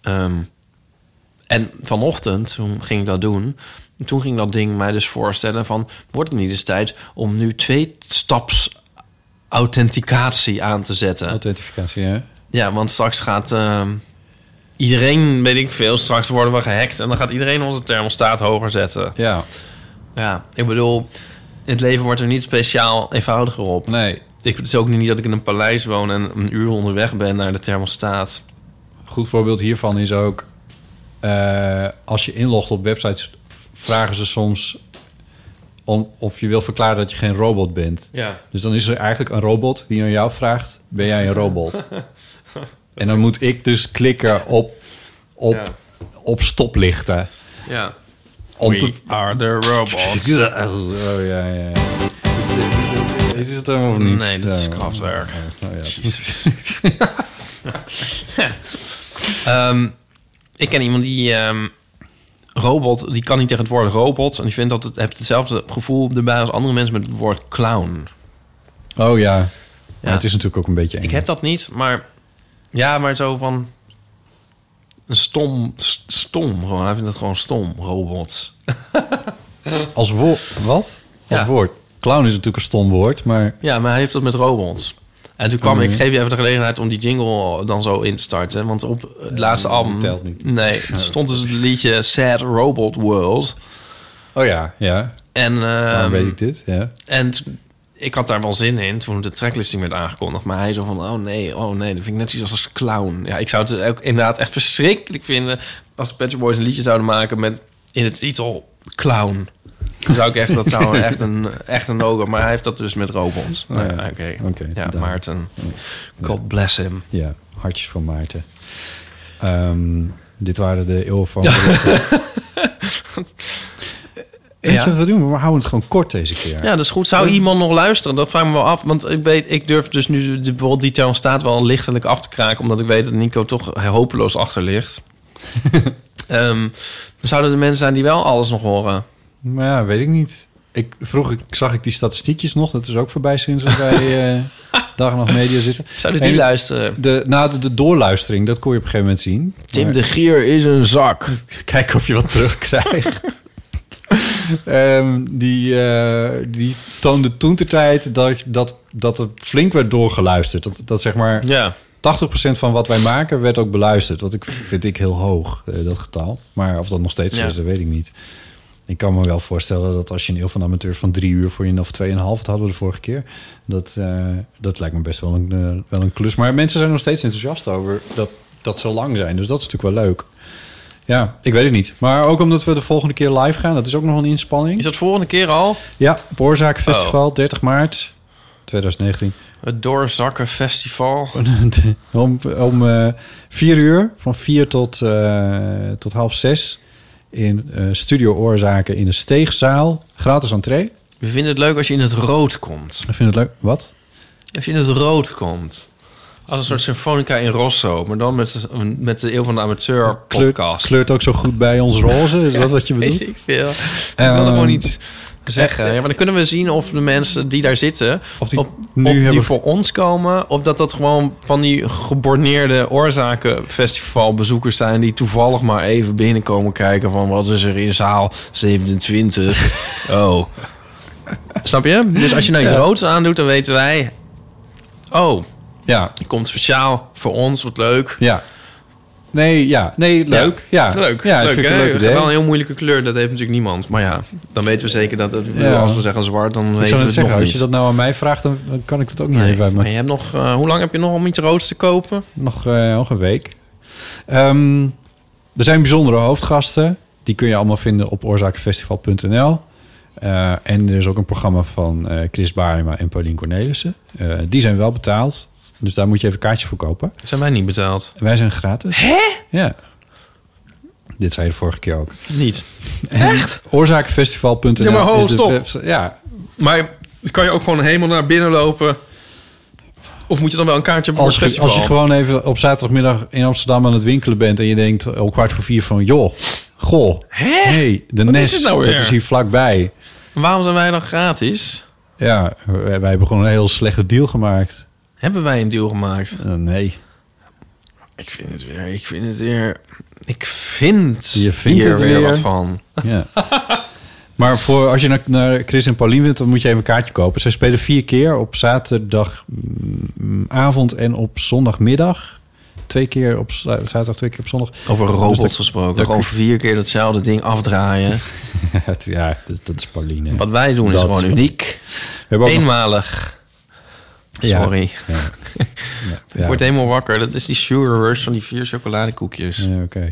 En vanochtend, toen ging ik dat doen... Toen ging dat ding mij dus voorstellen van... wordt het niet eens tijd om nu 2-staps authenticatie aan te zetten? Authenticatie, ja. Ja, want straks gaat iedereen, weet ik veel... straks worden we gehackt en dan gaat iedereen onze thermostaat hoger zetten. Ja. Ja, ik bedoel... het leven wordt er niet speciaal eenvoudiger op. Nee. Het is ook niet dat ik in een paleis woon... en een uur onderweg ben naar de thermostaat. Een goed voorbeeld hiervan is ook... als je inlogt op websites... vragen ze soms of je wil verklaren dat je geen robot bent. Ja. Dus dan is er eigenlijk een robot die aan jou vraagt... ben jij een robot? En dan moet ik dus klikken op stoplichten. Ja. We are the robots. Ja. Is het hem of niet? Nee, dat is Kraftwerk. Ik ken iemand die... robot, die kan niet tegen het woord robot. En die vindt dat het heeft hetzelfde gevoel erbij als andere mensen met het woord clown. Oh ja. Maar het is natuurlijk ook een beetje eng. Ik heb dat niet, maar... Ja, maar zo van... Een stom gewoon. Hij vindt het gewoon stom, robots. Als woord? Wat? Als woord? Clown is natuurlijk een stom woord, maar... Ja, maar hij heeft dat met robots. En toen kwam ik geef je even de gelegenheid om die jingle dan zo in te starten. Want op het laatste album... telt niet. Nee, stond dus het liedje Sad Robot World. Oh ja, ja. En waarom weet ik dit? Ja. En ik had daar wel zin in toen de tracklisting werd aangekondigd. Maar hij zo van, oh nee, dat vind ik net zoiets als clown. Ja, ik zou het ook inderdaad echt verschrikkelijk vinden... als de Pet Shop Boys een liedje zouden maken met in de titel clown. Dan zou ik echt, dat zou echt een no-go. Maar hij heeft dat dus met robots. Oh, ja. Oké. Ja, Maarten. God bless him. Ja, hartjes voor Maarten. Dit waren de eeuw van... Weet je wat we doen? We houden het gewoon kort deze keer. Ja, dat is goed. Zou iemand nog luisteren? Dat vraag ik me wel af. Want ik durf dus nu de bol die ter staat wel lichtelijk af te kraken... omdat ik weet dat Nico toch hopeloos achter ligt. Zouden er mensen zijn die wel alles nog horen? Maar ja, weet ik niet. Zag ik die statistiekjes nog. Dat is ook voorbij sinds we bij Dag en Nacht Media zitten. Zouden die luisteren? De doorluistering, dat kon je op een gegeven moment zien. Tim de Gier is een zak. Kijken of je wat terugkrijgt. Die toonde toen de tijd dat er flink werd doorgeluisterd. Dat zeg maar... Ja. 80% van wat wij maken werd ook beluisterd. Wat vind ik heel hoog, dat getal. Maar of dat nog steeds zo is, dat weet ik niet. Ik kan me wel voorstellen dat als je een eeuw van amateur van 3 uur voor je of 2,5, dat hadden we de vorige keer. Dat lijkt me best wel een klus. Maar mensen zijn nog steeds enthousiast over dat ze lang zijn. Dus dat is natuurlijk wel leuk. Ja, ik weet het niet. Maar ook omdat we de volgende keer live gaan. Dat is ook nog een inspanning. Is dat volgende keer al? Ja, op Oorzakenfestival, 30 maart 2019. Het Doorzakkenfestival. om 4 uur, van 4 tot 5:30... in Studio Oorzaken in de Steegzaal. Gratis entree. We vinden het leuk als je in het rood komt. We vinden het leuk. Wat? Als je in het rood komt. Als een soort symfonica in Rosso. Maar dan met de Eeuw van de Amateur podcast. Kleurt ook zo goed bij ons roze. Is dat wat je bedoelt? Weet ik veel. Ik wil er gewoon iets zeggen. Ja, maar dan kunnen we zien of de mensen die daar zitten... Of die voor ons komen... of dat gewoon van die geborneerde Oorzakenfestivalbezoekers zijn... die toevallig maar even binnenkomen kijken... van wat is er in zaal 27. Oh. Snap je? Dus als je nou iets roods aandoet, dan weten wij... Oh, ja, je komt speciaal voor ons, wat leuk. Ja. Nee, leuk. Ja, leuk. Ja, leuk, vind ik hè? een leuk idee. Wel een heel moeilijke kleur, dat heeft natuurlijk niemand. Maar ja, dan weten we zeker dat het... Als we zeggen zwart, dan weten we het zeggen, nog niet. Als je dat nou aan mij vraagt, dan kan ik dat ook niet even uit. Maar je hebt nog... hoe lang heb je nog om iets roods te kopen? Nog een week. Er zijn bijzondere hoofdgasten. Die kun je allemaal vinden op oorzakenfestival.nl. En er is ook een programma van Chris Barema en Paulien Cornelissen. Die zijn wel betaald. Dus daar moet je even kaartjes voor kopen. Zijn wij niet betaald? Wij zijn gratis. Hè? Ja. Dit zei je de vorige keer ook. Niet. Echt? Oorzakenfestival.nl. Ja, maar is de stop. website. Ja. Maar kan je ook gewoon helemaal naar binnen lopen? Of moet je dan wel een kaartje voor het festival? Als je gewoon even op zaterdagmiddag in Amsterdam aan het winkelen bent... en je denkt om 3:15 van... goh, hey, de Wat Nest, is het nou weer? dat is hier vlakbij. Waarom zijn wij dan gratis? Ja, wij hebben gewoon een heel slechte deal gemaakt. Hebben wij een deal gemaakt? Nee. Ik vind Je vindt hier het weer wat van. Ja. Maar als je naar Chris en Paulien wilt, dan moet je even een kaartje kopen. Zij spelen 4 keer op zaterdagavond en op zondagmiddag. 2 keer op zaterdag, 2 keer op zondag. Over robots gesproken. Gewoon 4 keer datzelfde ding afdraaien. Ja, dat is Paulien. Hè. Wat wij doen is gewoon uniek. Eenmalig. Sorry. Ja. Ik word helemaal wakker. Dat is die sugar rush van die 4 chocoladekoekjes. Ja, oké.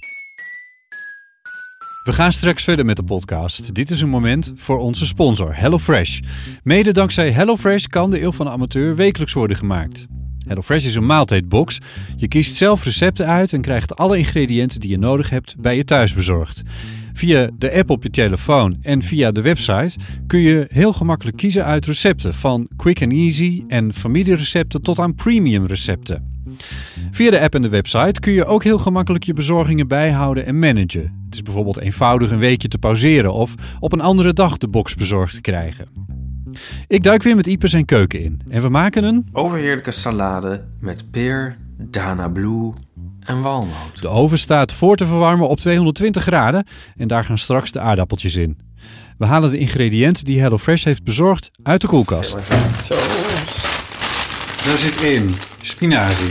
We gaan straks verder met de podcast. Dit is een moment voor onze sponsor HelloFresh. Mede dankzij HelloFresh kan de Eeuw van de Amateur wekelijks worden gemaakt. HelloFresh is een maaltijdbox. Je kiest zelf recepten uit en krijgt alle ingrediënten die je nodig hebt bij je thuis bezorgd. Via de app op je telefoon en via de website kun je heel gemakkelijk kiezen uit recepten. Van quick and easy en familierecepten tot aan premium recepten. Via de app en de website kun je ook heel gemakkelijk je bezorgingen bijhouden en managen. Het is bijvoorbeeld eenvoudig een weekje te pauzeren of op een andere dag de box bezorgd te krijgen. Ik duik weer met Ipe zijn keuken in en we maken een... overheerlijke salade met peer, Dana Blue en walnoot. De oven staat voor te verwarmen op 220 graden en daar gaan straks de aardappeltjes in. We halen de ingrediënten die HelloFresh heeft bezorgd uit de koelkast. Daar zit in spinazie.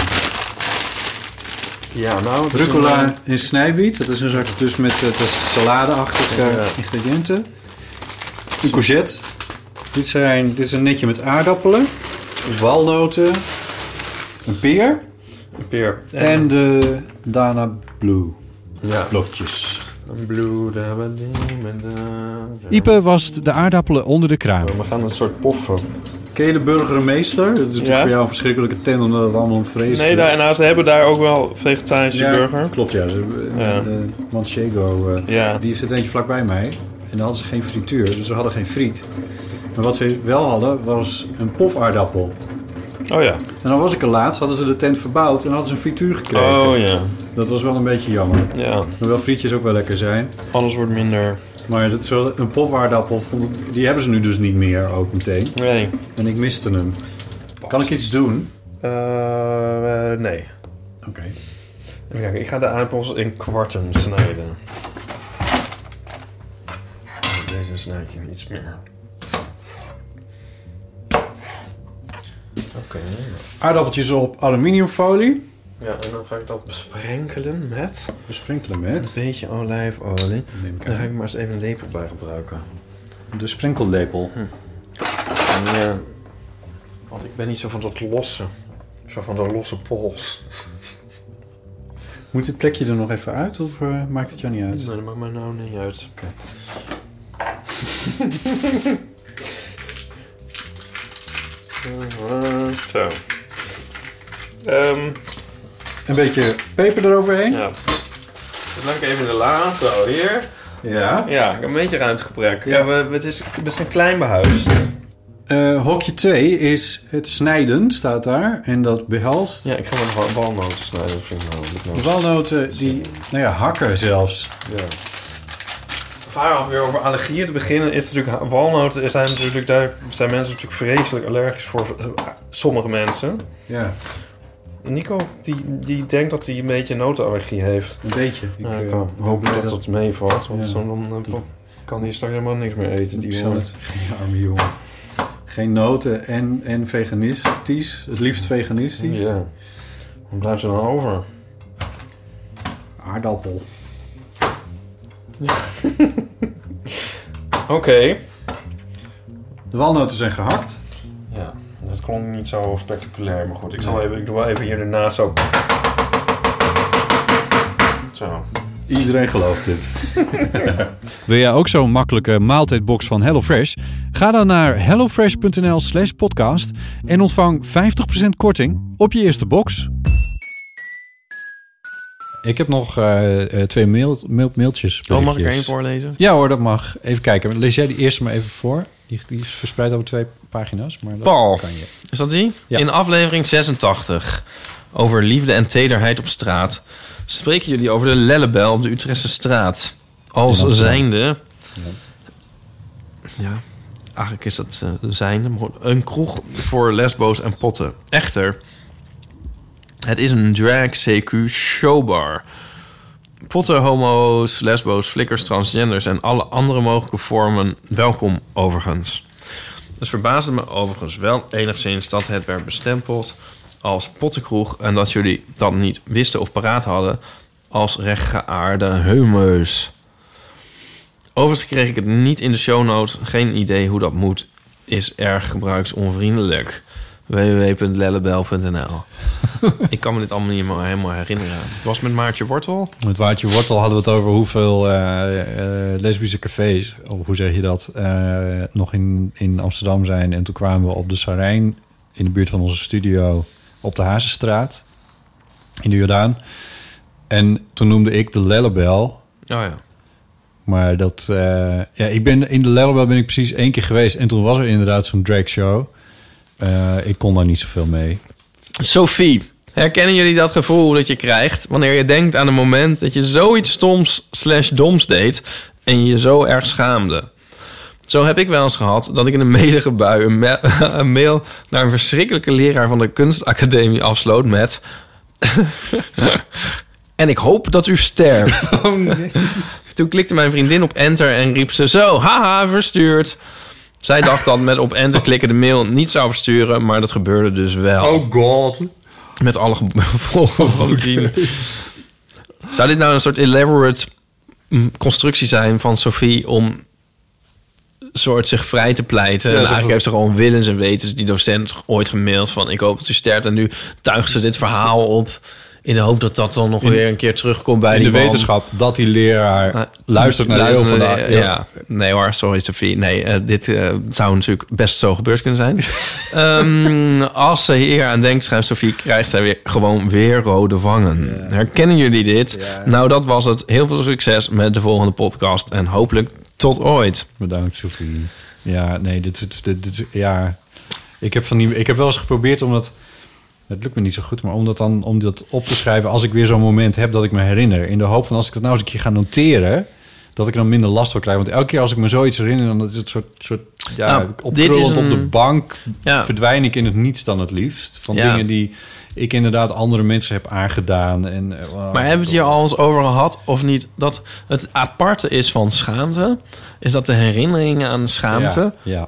Ja, nou... Rucola in snijbiet. Dat is een soort dus met salade-achtige ingrediënten. Een courgette. Dit is een netje met aardappelen. Walnoten. Een peer. En de Dana Blue. Ja. Blokjes. Een blue... Ipe wast de aardappelen onder de kraan. We gaan een soort poffen. Ken je de Burgermeester? Dat is natuurlijk voor jou een verschrikkelijke tent, omdat het allemaal een vrees is. Nee, ze hebben daar ook wel vegetarische burger. Klopt, ja. De Manchego, die zit eentje vlakbij mij. En dan hadden ze geen frituur, dus ze hadden geen friet. Maar wat ze wel hadden, was een pofaardappel. Oh ja. En dan was ik er laatst, hadden ze de tent verbouwd en hadden ze een frituur gekregen. Oh ja. Dat was wel een beetje jammer. Ja. Hoewel frietjes ook wel lekker zijn. Alles wordt minder... Maar dat is wel een pofaardappel, die hebben ze nu dus niet meer ook meteen. Nee. En ik miste hem. Kan ik iets doen? Nee. Oké. Even kijken, ik ga de aardappels in kwarten snijden. Deze snijd je iets meer. Oké. Aardappeltjes op aluminiumfolie. Ja, en dan ga ik dat besprenkelen met... Een beetje olijfolie. Daar ga ik maar eens even een lepel bij gebruiken. De sprenkellepel. Ja. Want ik ben niet zo van dat losse. Zo van de losse pols. Moet dit plekje er nog even uit of maakt het jou niet uit? Nee, dat maakt mij nou niet uit. Oké. Zo. Een beetje peper eroverheen. Ja. Dat laat ik even in de la. Zo, hier. Ja. Ja, ik heb een beetje ruimtegebrek. Ja, we zijn klein behuisd. Hokje 2 is het snijden, staat daar. En dat behelst... Ja, ik ga maar walnoten snijden. Dat vind ik nou walnoten, die hakken zelfs. Ja. Vaar weer over allergieën te beginnen is natuurlijk... Walnoten zijn natuurlijk... Daar zijn mensen natuurlijk vreselijk allergisch voor. Sommige mensen. Ja. Nico, die denkt dat hij een beetje notenallergie heeft. Een beetje. Ik hoop dat het meevalt. Want dan kan hij straks helemaal niks meer eten. Die Geen arme jongen. Geen noten en veganistisch. Het liefst veganistisch. Ja. Wat blijft er dan over? Aardappel. Oké. De walnoten zijn gehakt. Ja, dat klonk niet zo spectaculair. Maar goed, ik doe wel even hier ernaast zo. Zo. Iedereen gelooft dit. Wil jij ook zo'n makkelijke maaltijdbox van HelloFresh? Ga dan naar hellofresh.nl/podcast en ontvang 50% korting op je eerste box. Ik heb nog 2 mailtjes. Mag ik er één voorlezen? Ja hoor, dat mag. Even kijken. Lees jij die eerste maar even voor. Die is verspreid over 2 pagina's. Maar dat Paul, kan je. Is dat die? Ja. In aflevering 86 over liefde en tederheid op straat... spreken jullie over de Lellebel op de Utrechtse straat. Als zijnde... Ja, eigenlijk is dat zijnde. Een kroeg voor lesbo's en potten. Echter, het is een drag CQ showbar. Potten, homo's, lesbo's, flikkers, transgenders... en alle andere mogelijke vormen welkom overigens. Het verbaasde me overigens wel enigszins dat het werd bestempeld... als pottenkroeg en dat jullie dat niet wisten of paraat hadden... als rechtgeaarde homo's. Overigens kreeg ik het niet in de shownotes. Geen idee hoe dat moet. Is erg gebruiksonvriendelijk. www.lellebel.nl Ik kan me dit allemaal niet meer helemaal herinneren. Het was met Maartje Wortel. Met Maartje Wortel hadden we het over hoeveel lesbische cafés... of hoe zeg je dat, nog in Amsterdam zijn. En toen kwamen we op de Sarijn... in de buurt van onze studio... op de Hazenstraat. In de Jordaan. En toen noemde ik de Lellebel. Oh ja. Maar dat... ik ben in de Lellebel ben ik precies 1 keer geweest. En toen was er inderdaad zo'n dragshow. Ik kon daar niet zoveel mee. Sophie, herkennen jullie dat gevoel dat je krijgt... wanneer je denkt aan een moment dat je zoiets stoms/doms deed... en je je zo erg schaamde? Zo heb ik wel eens gehad dat ik in een melige bui... een mail naar een verschrikkelijke leraar van de kunstacademie afsloot met... en ik hoop dat u sterft. Oh nee. Toen klikte mijn vriendin op enter en riep ze... Zo, haha, verstuurd. Zij dacht dat met op enter klikken de mail niet zou versturen, maar dat gebeurde dus wel. Oh god. Met alle gevolgen van dien. Zou dit nou een soort elaborate constructie zijn van Sophie om soort zich vrij te pleiten? En eigenlijk heeft ze gewoon willens en wetens die docent ooit gemaild van ik hoop dat u sterft. En nu tuigen ze dit verhaal op in de hoop dat dat dan nog weer een keer terugkomt bij die de man. wetenschap dat die leraar luistert naar de heel van de... Ja. Nee hoor, sorry Sophie. Nee, dit zou natuurlijk best zo gebeurd kunnen zijn. Als ze hier aan denkt, schrijft Sophie, krijgt zij gewoon weer rode wangen. Ja. Herkennen jullie dit? Ja. Nou, dat was het. Heel veel succes met de volgende podcast en hopelijk tot ooit. Bedankt Sophie. Ja, nee, dit ja. Ik heb wel eens geprobeerd om dat... Het lukt me niet zo goed, maar om dat op te schrijven... als ik weer zo'n moment heb dat ik me herinner... in de hoop van als ik dat nou eens een keer ga noteren... dat ik er dan minder last van krijg. Want elke keer als ik me zoiets herinner... dan is het soort opkrullend op de bank... verdwijn ik in het niets dan het liefst. Van dingen die ik inderdaad andere mensen heb aangedaan. Maar hebben we het hier al eens over gehad of niet? Dat het aparte is van schaamte... is dat de herinneringen aan schaamte... Ja.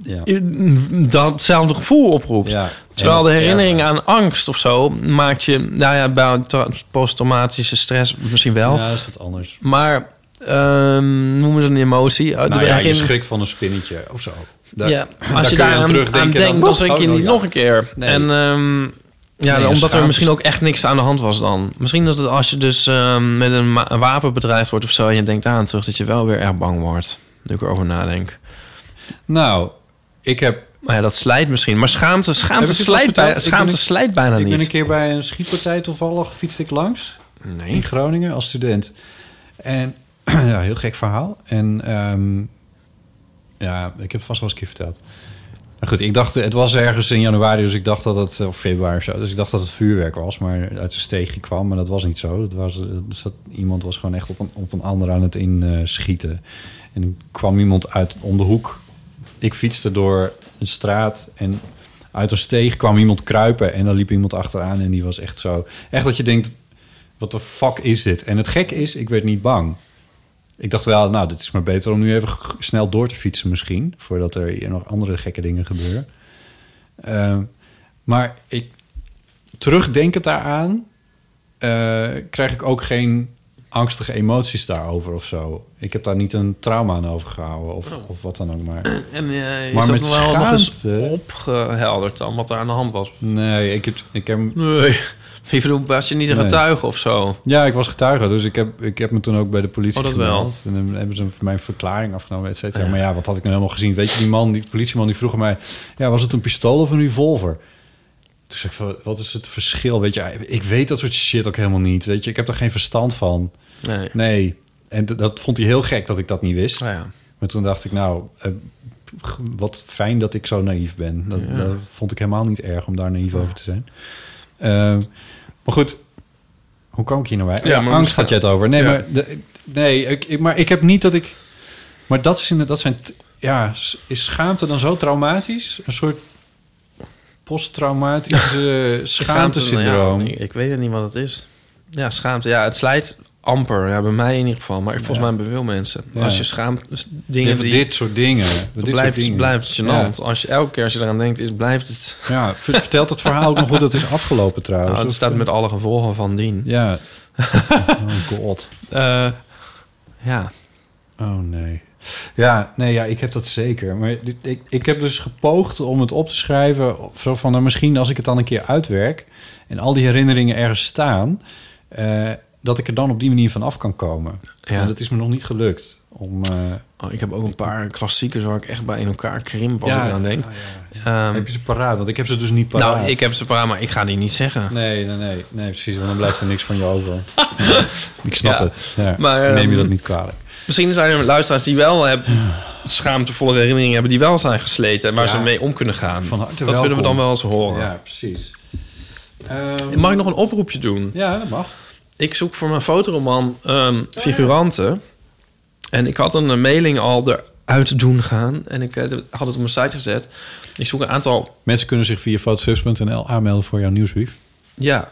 datzelfde gevoel oproept. Ja. Terwijl de herinnering aan angst of zo maakt je... Nou ja, bij posttraumatische stress misschien wel. Ja, dat is wat anders. Maar noemen ze een emotie. Je schrikt van een spinnetje of zo. Als je daar aan denkt, dan schrik je niet nog een keer. Nee. En omdat er misschien ook echt niks aan de hand was dan. Misschien dat het als je dus met een wapen bedreigd wordt of zo... en je denkt aan terug dat je wel weer erg bang wordt. Nu ik erover nadenk. Nou... Ik heb... Maar ja, dat slijt misschien. Maar schaamte slijt bijna niet. Ik ben een keer bij een schietpartij toevallig fietste ik langs. Nee. In Groningen als student. En ja, heel gek verhaal. En ik heb het vast wel eens een keer verteld. Maar goed, ik dacht, het was ergens in januari, dus ik dacht dat het... Of februari of zo. Dus ik dacht dat het vuurwerk was, maar uit de steegje kwam. Maar dat was niet zo. Iemand was gewoon echt op een ander aan het inschieten. En er kwam iemand uit om de hoek. Ik fietste door een straat en uit een steeg kwam iemand kruipen... en dan liep iemand achteraan en die was echt zo... Echt dat je denkt, wat de fuck is dit? En het gekke is, ik werd niet bang. Ik dacht wel, nou, dit is maar beter om nu even snel door te fietsen misschien... voordat er hier nog andere gekke dingen gebeuren. Maar terugdenkend daaraan... krijg ik ook geen... angstige emoties daarover of zo. Ik heb daar niet een trauma aan overgehouden of wat dan ook maar. En is dat wel nog eens opgehelderd dan wat daar aan de hand was? Nee, ik heb... Nee. Was je niet een getuige of zo? Ja, ik was getuige, dus ik heb me toen ook bij de politie gemeld. En dan hebben ze voor mij een verklaring afgenomen, et cetera. Ja. Maar ja, wat had ik nou helemaal gezien? Weet je, die politieman die vroeg mij... Ja, was het een pistool of een revolver? Toen zei ik, wat is het verschil? Weet je, ik weet dat soort shit ook helemaal niet. Weet je, ik heb er geen verstand van. Nee. En dat vond hij heel gek dat ik dat niet wist. Ja. Maar toen dacht ik, wat fijn dat ik zo naïef ben. Dat vond ik helemaal niet erg om daar naïef over te zijn. Maar goed, hoe kwam ik hier nou bij? Ja, angst had je het over. Nee, maar ik heb niet dat ik... Maar dat zijn... Ja, is schaamte dan zo traumatisch? Een soort posttraumatische schaamtesyndroom. Ik weet het niet wat het is. Ja, schaamte. Ja, het slijt amper. Ja, bij mij in ieder geval. Maar volgens mij bij veel mensen. Ja. Als je schaamt... dit soort dingen. Blijft het gênant. Ja. Als je elke keer als je eraan denkt, blijft het... Ja, vertelt het verhaal ook nog hoe dat is afgelopen trouwens? Nou, het staat met alle gevolgen van dien. Ja. Oh god. Ja. Oh nee. Ja, ik heb dat zeker. Maar ik heb dus gepoogd om het op te schrijven... van misschien als ik het dan een keer uitwerk... en al die herinneringen ergens staan... dat ik er dan op die manier van af kan komen. Ja. En dat is me nog niet gelukt. Ik heb ook een paar klassiekers waar ik echt bij in elkaar krimp als ik aan denk. Heb je ze paraat? Want ik heb ze dus niet paraat. Nou, ik heb ze paraat, maar ik ga die niet zeggen. Nee, precies. Want dan blijft er niks van je over. Ik snap het. Ja. Maar, neem je dat niet kwalijk. Misschien zijn er luisteraars die wel schaamtevolle herinneringen hebben... die wel zijn gesleten en waar ze mee om kunnen gaan. Van harte dat welkom. willen we dan wel eens horen. Ja, precies. Mag ik nog een oproepje doen? Ja, dat mag. Ik zoek voor mijn fotoroman figuranten. En ik had een mailing al eruit doen gaan. En ik had het op mijn site gezet. Ik zoek een aantal... Mensen kunnen zich via fotostrips.nl aanmelden voor jouw nieuwsbrief. Ja.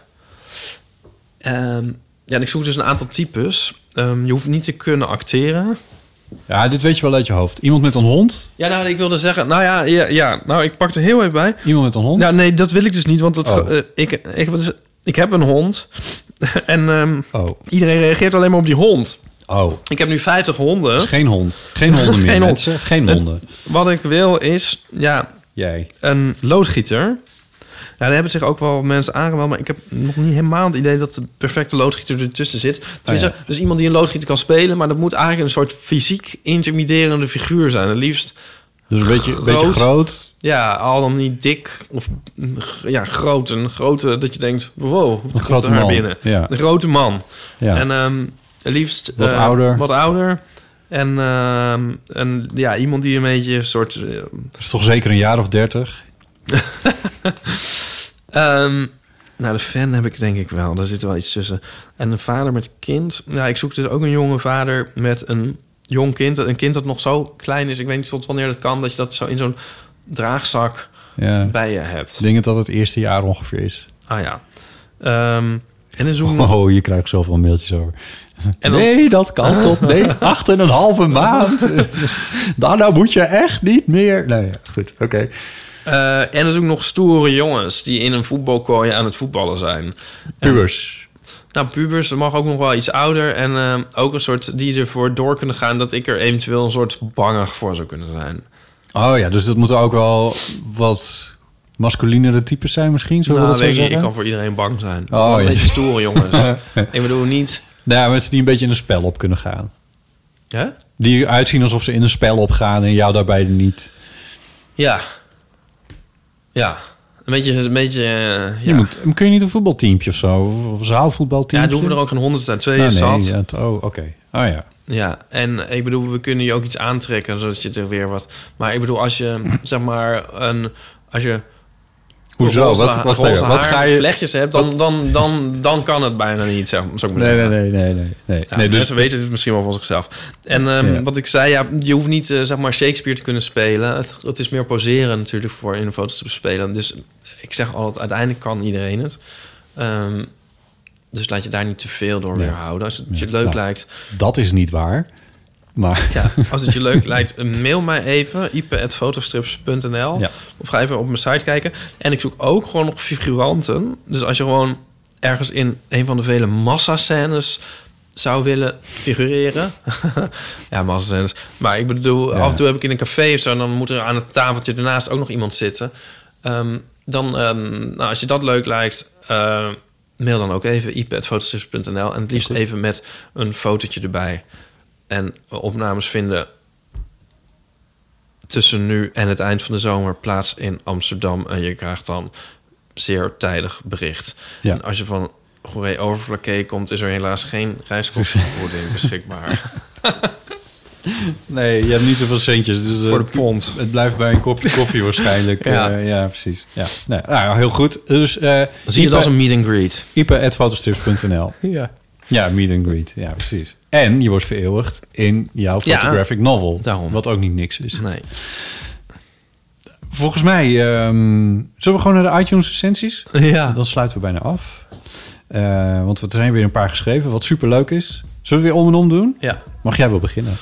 En ik zoek dus een aantal types. Je hoeft niet te kunnen acteren. Ja, dit weet je wel uit je hoofd. Iemand met een hond? Ja, nou, ik wilde zeggen... Nou, ik pak er heel even bij. Iemand met een hond? Ja, nee, dat wil ik dus niet. Want ik heb een hond. En iedereen reageert alleen maar op die hond. Oh. Ik heb nu 50 honden. Dat is geen hond. Geen honden meer, geen mensen. Geen honden. Wat ik wil is... Jij. Een loodgieter. Ja, daar hebben zich ook wel mensen aangemeld, maar ik heb nog niet helemaal het idee dat de perfecte loodgieter ertussen zit. Tenminste, dus iemand die een loodgieter kan spelen, maar dat moet eigenlijk een soort fysiek intimiderende figuur zijn. Het liefst dus een beetje groot. Ja, al dan niet dik of groot. Een grote dat je denkt, wow, een grote man binnen. Ja. Een grote man. Ja. En liefst wat ouder. Wat ouder. En iemand die een beetje een soort... Dat is toch zeker een jaar of 30? Nou, de fan heb ik denk ik wel. Daar zit wel iets tussen. En een vader met kind. Ja, ik zoek dus ook een jonge vader met een jong kind. Een kind dat nog zo klein is. Ik weet niet tot wanneer dat kan. Dat je dat zo in zo'n draagzak bij je hebt. Ik denk dat het eerste jaar ongeveer is. Ah ja. En dan zoek nog... je krijgt zoveel mailtjes over. En dan... Nee, dat kan tot 8,5 maand. Daarna moet je echt niet meer. Nee, goed, oké. En er zijn ook nog stoere jongens die in een voetbalkooi aan het voetballen zijn. Pubers. Pubers, dat mag ook nog wel iets ouder. En ook een soort die ervoor door kunnen gaan dat ik er eventueel een soort bangig voor zou kunnen zijn. Oh ja, dus dat moeten ook wel wat masculinere types zijn misschien? Zullen we dat zo zeggen? Ik kan voor iedereen bang zijn. Oh, een beetje stoere jongens. Ik bedoel niet... Nou, mensen die een beetje in een spel op kunnen gaan. Ja? Die eruit zien alsof ze in een spel opgaan en jou daarbij niet. Ja. Ja. Een beetje kun je niet een voetbalteampje of zo? Of een zaalvoetbalteampje? Ja, dan hoeven er ook geen 100 zijn. 2 is zat. Oké. Oh ja. Ja, en ik bedoel, we kunnen je ook iets aantrekken, zodat je er weer wat... Maar ik bedoel, als je, zeg maar, Hoezo? Wat ga je... vlechtjes hebt, dan kan het bijna niet, zou ik maar zeggen. Nee. Ja, dus mensen weten het misschien wel van zichzelf. En wat ik zei, je hoeft niet, zeg maar, Shakespeare te kunnen spelen. Het is meer poseren natuurlijk voor in een foto's te spelen. Dus ik zeg altijd, uiteindelijk kan iedereen het. Dus laat je daar niet te veel door weerhouden. Als het je leuk lijkt... Dat is niet waar. Maar... Ja, als het je leuk lijkt, mail mij even. ipe@fotostrips.nl Of ga even op mijn site kijken. En ik zoek ook gewoon nog figuranten. Dus als je gewoon ergens in een van de vele massascènes zou willen figureren. Ja, massascènes. Maar ik bedoel, af en toe heb ik in een café of zo... dan moet er aan het tafeltje ernaast ook nog iemand zitten. Als je dat leuk lijkt... mail dan ook even ipe@fotostrips.nl en het liefst even met een fotootje erbij. En opnames vinden tussen nu en het eind van de zomer plaats in Amsterdam. En je krijgt dan zeer tijdig bericht. Ja. En als je van Goeree Overflakkee komt, is er helaas geen reiskostenvergoeding beschikbaar. Nee, je hebt niet zoveel centjes. Dus, voor de pond. Het blijft bij een kopje koffie waarschijnlijk. Ja, precies. Ja. Nou, heel goed. Dus, zie je het als een meet and greet. ipe@fotostrips.nl Ja, meet and greet. Ja, precies. En je wordt vereeuwigd in jouw photographic novel. Daarom. Wat ook niet niks is. Nee. Volgens mij... zullen we gewoon naar de iTunes recensies? Ja. Dan sluiten we bijna af. Want er zijn weer een paar geschreven, wat superleuk is. Zullen we weer om en om doen? Ja. Mag jij wel beginnen?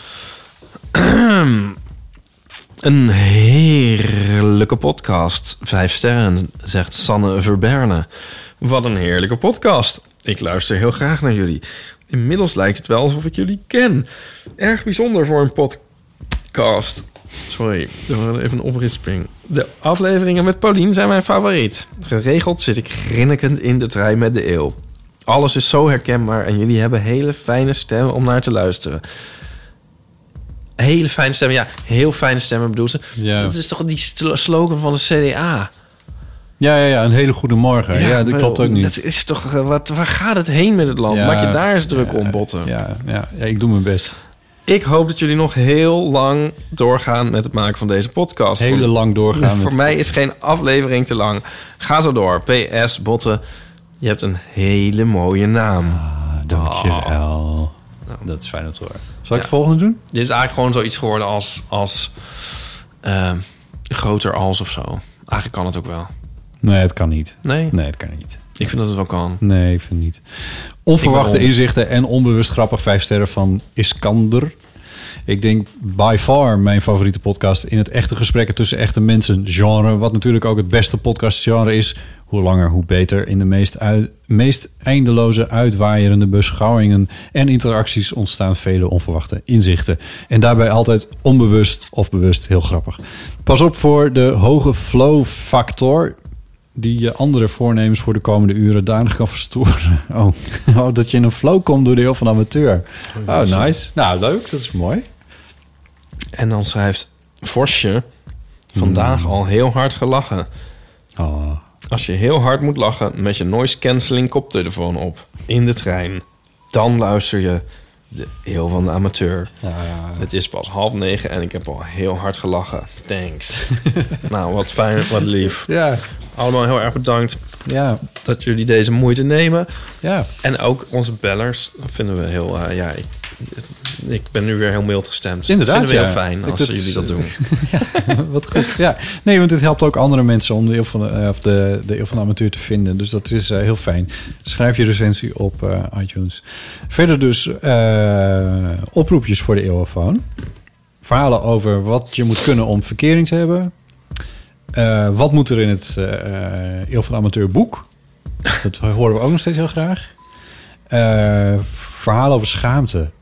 Een heerlijke podcast. 5 sterren, zegt Sanne Verberne. Wat een heerlijke podcast. Ik luister heel graag naar jullie. Inmiddels lijkt het wel alsof ik jullie ken. Erg bijzonder voor een podcast. Sorry, even een oprisping. De afleveringen met Paulien zijn mijn favoriet. Geregeld zit ik grinnikend in de trein met de eeuw. Alles is zo herkenbaar en jullie hebben hele fijne stemmen om naar te luisteren. Hele fijne stemmen, ja. Heel fijne stemmen bedoel ze. Ja. Dat is toch die slogan van de CDA? Ja, een hele goede morgen. Ja, dat klopt ook niet. Dat is toch, waar gaat het heen met het land? Ja, maak je daar eens druk om, Botten. Ja, ik doe mijn best. Ik hoop dat jullie nog heel lang doorgaan met het maken van deze podcast. Hele lang doorgaan. Voor mij is geen aflevering te lang. Ga zo door. PS, Botten, je hebt een hele mooie naam. Dankjewel. Nou, dat is fijn om te horen. Zal ik het volgende doen? Dit is eigenlijk gewoon zoiets geworden als groter als of zo. Eigenlijk kan het ook wel. Nee, het kan niet. Nee, het kan niet. Ik vind dat het wel kan. Nee, ik vind niet. Onverwachte inzichten en onbewust grappig 5 sterren van Iskander. Ik denk by far mijn favoriete podcast in het echte gesprekken tussen echte mensen genre. Wat natuurlijk ook het beste podcastgenre is. Hoe langer, hoe beter. In de meest eindeloze, uitwaaierende beschouwingen en interacties ontstaan vele onverwachte inzichten. En daarbij altijd onbewust of bewust heel grappig. Pas op voor de hoge flow-factor die je andere voornemens voor de komende uren danig kan verstoren. Dat je in een flow komt door de heel van amateur. Oh, nice. Nou, leuk. Dat is mooi. En dan schrijft Vosje... Vandaag al heel hard gelachen. Oh. Als je heel hard moet lachen met je noise cancelling koptelefoon op in de trein, dan luister je de Eeuw van de Amateur. Ja. Het is pas 8:30 en ik heb al heel hard gelachen. Thanks. Nou, wat fijn, wat lief. Ja. Allemaal heel erg bedankt dat jullie deze moeite nemen. Ja. En ook onze bellers, dat vinden we heel... ik ben nu weer heel mild gestemd. Inderdaad, dat vinden we heel fijn als jullie dat doen. Ja, wat goed. Ja. Nee, want dit helpt ook andere mensen om de Eeuw van de Amateur te vinden. Dus dat is heel fijn. Schrijf je recensie op iTunes. Verder dus oproepjes voor de Eeuwofoon. Verhalen over wat je moet kunnen om verkering te hebben. Wat moet er in het Eeuw van de Amateur boek? Dat horen we ook nog steeds heel graag. Verhalen over schaamte.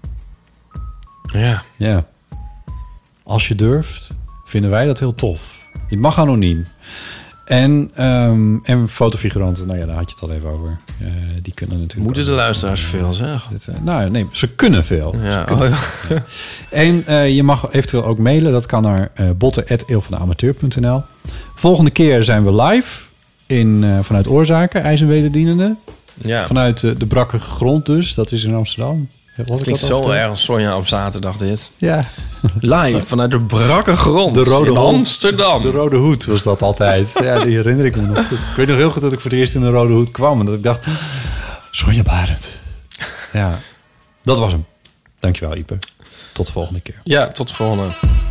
Ja. Als je durft, vinden wij dat heel tof. Je mag anoniem. En fotofiguranten, nou ja, daar had je het al even over. Die kunnen natuurlijk... Moeten de luisteraars veel zeggen? Nee, ze kunnen veel. Ja. En je mag eventueel ook mailen. Dat kan naar botten@eeuwvandeamateur.nl. Volgende keer zijn we live vanuit Oorzaken, IJs en Wederdienende. Ja. Vanuit de brakke grond dus. Dat is in Amsterdam. Het klinkt zo erg als Sonja op zaterdag dit. Ja. Live vanuit de brakke grond de Rode in Amsterdam. De Rode Hoed was dat altijd. Ja, die herinner ik me nog goed. Ik weet nog heel goed dat ik voor het eerst in de Rode Hoed kwam. En dat ik dacht, Sonja Barend. Ja, dat was hem. Dankjewel, Ipe. Tot de volgende keer. Ja, tot de volgende.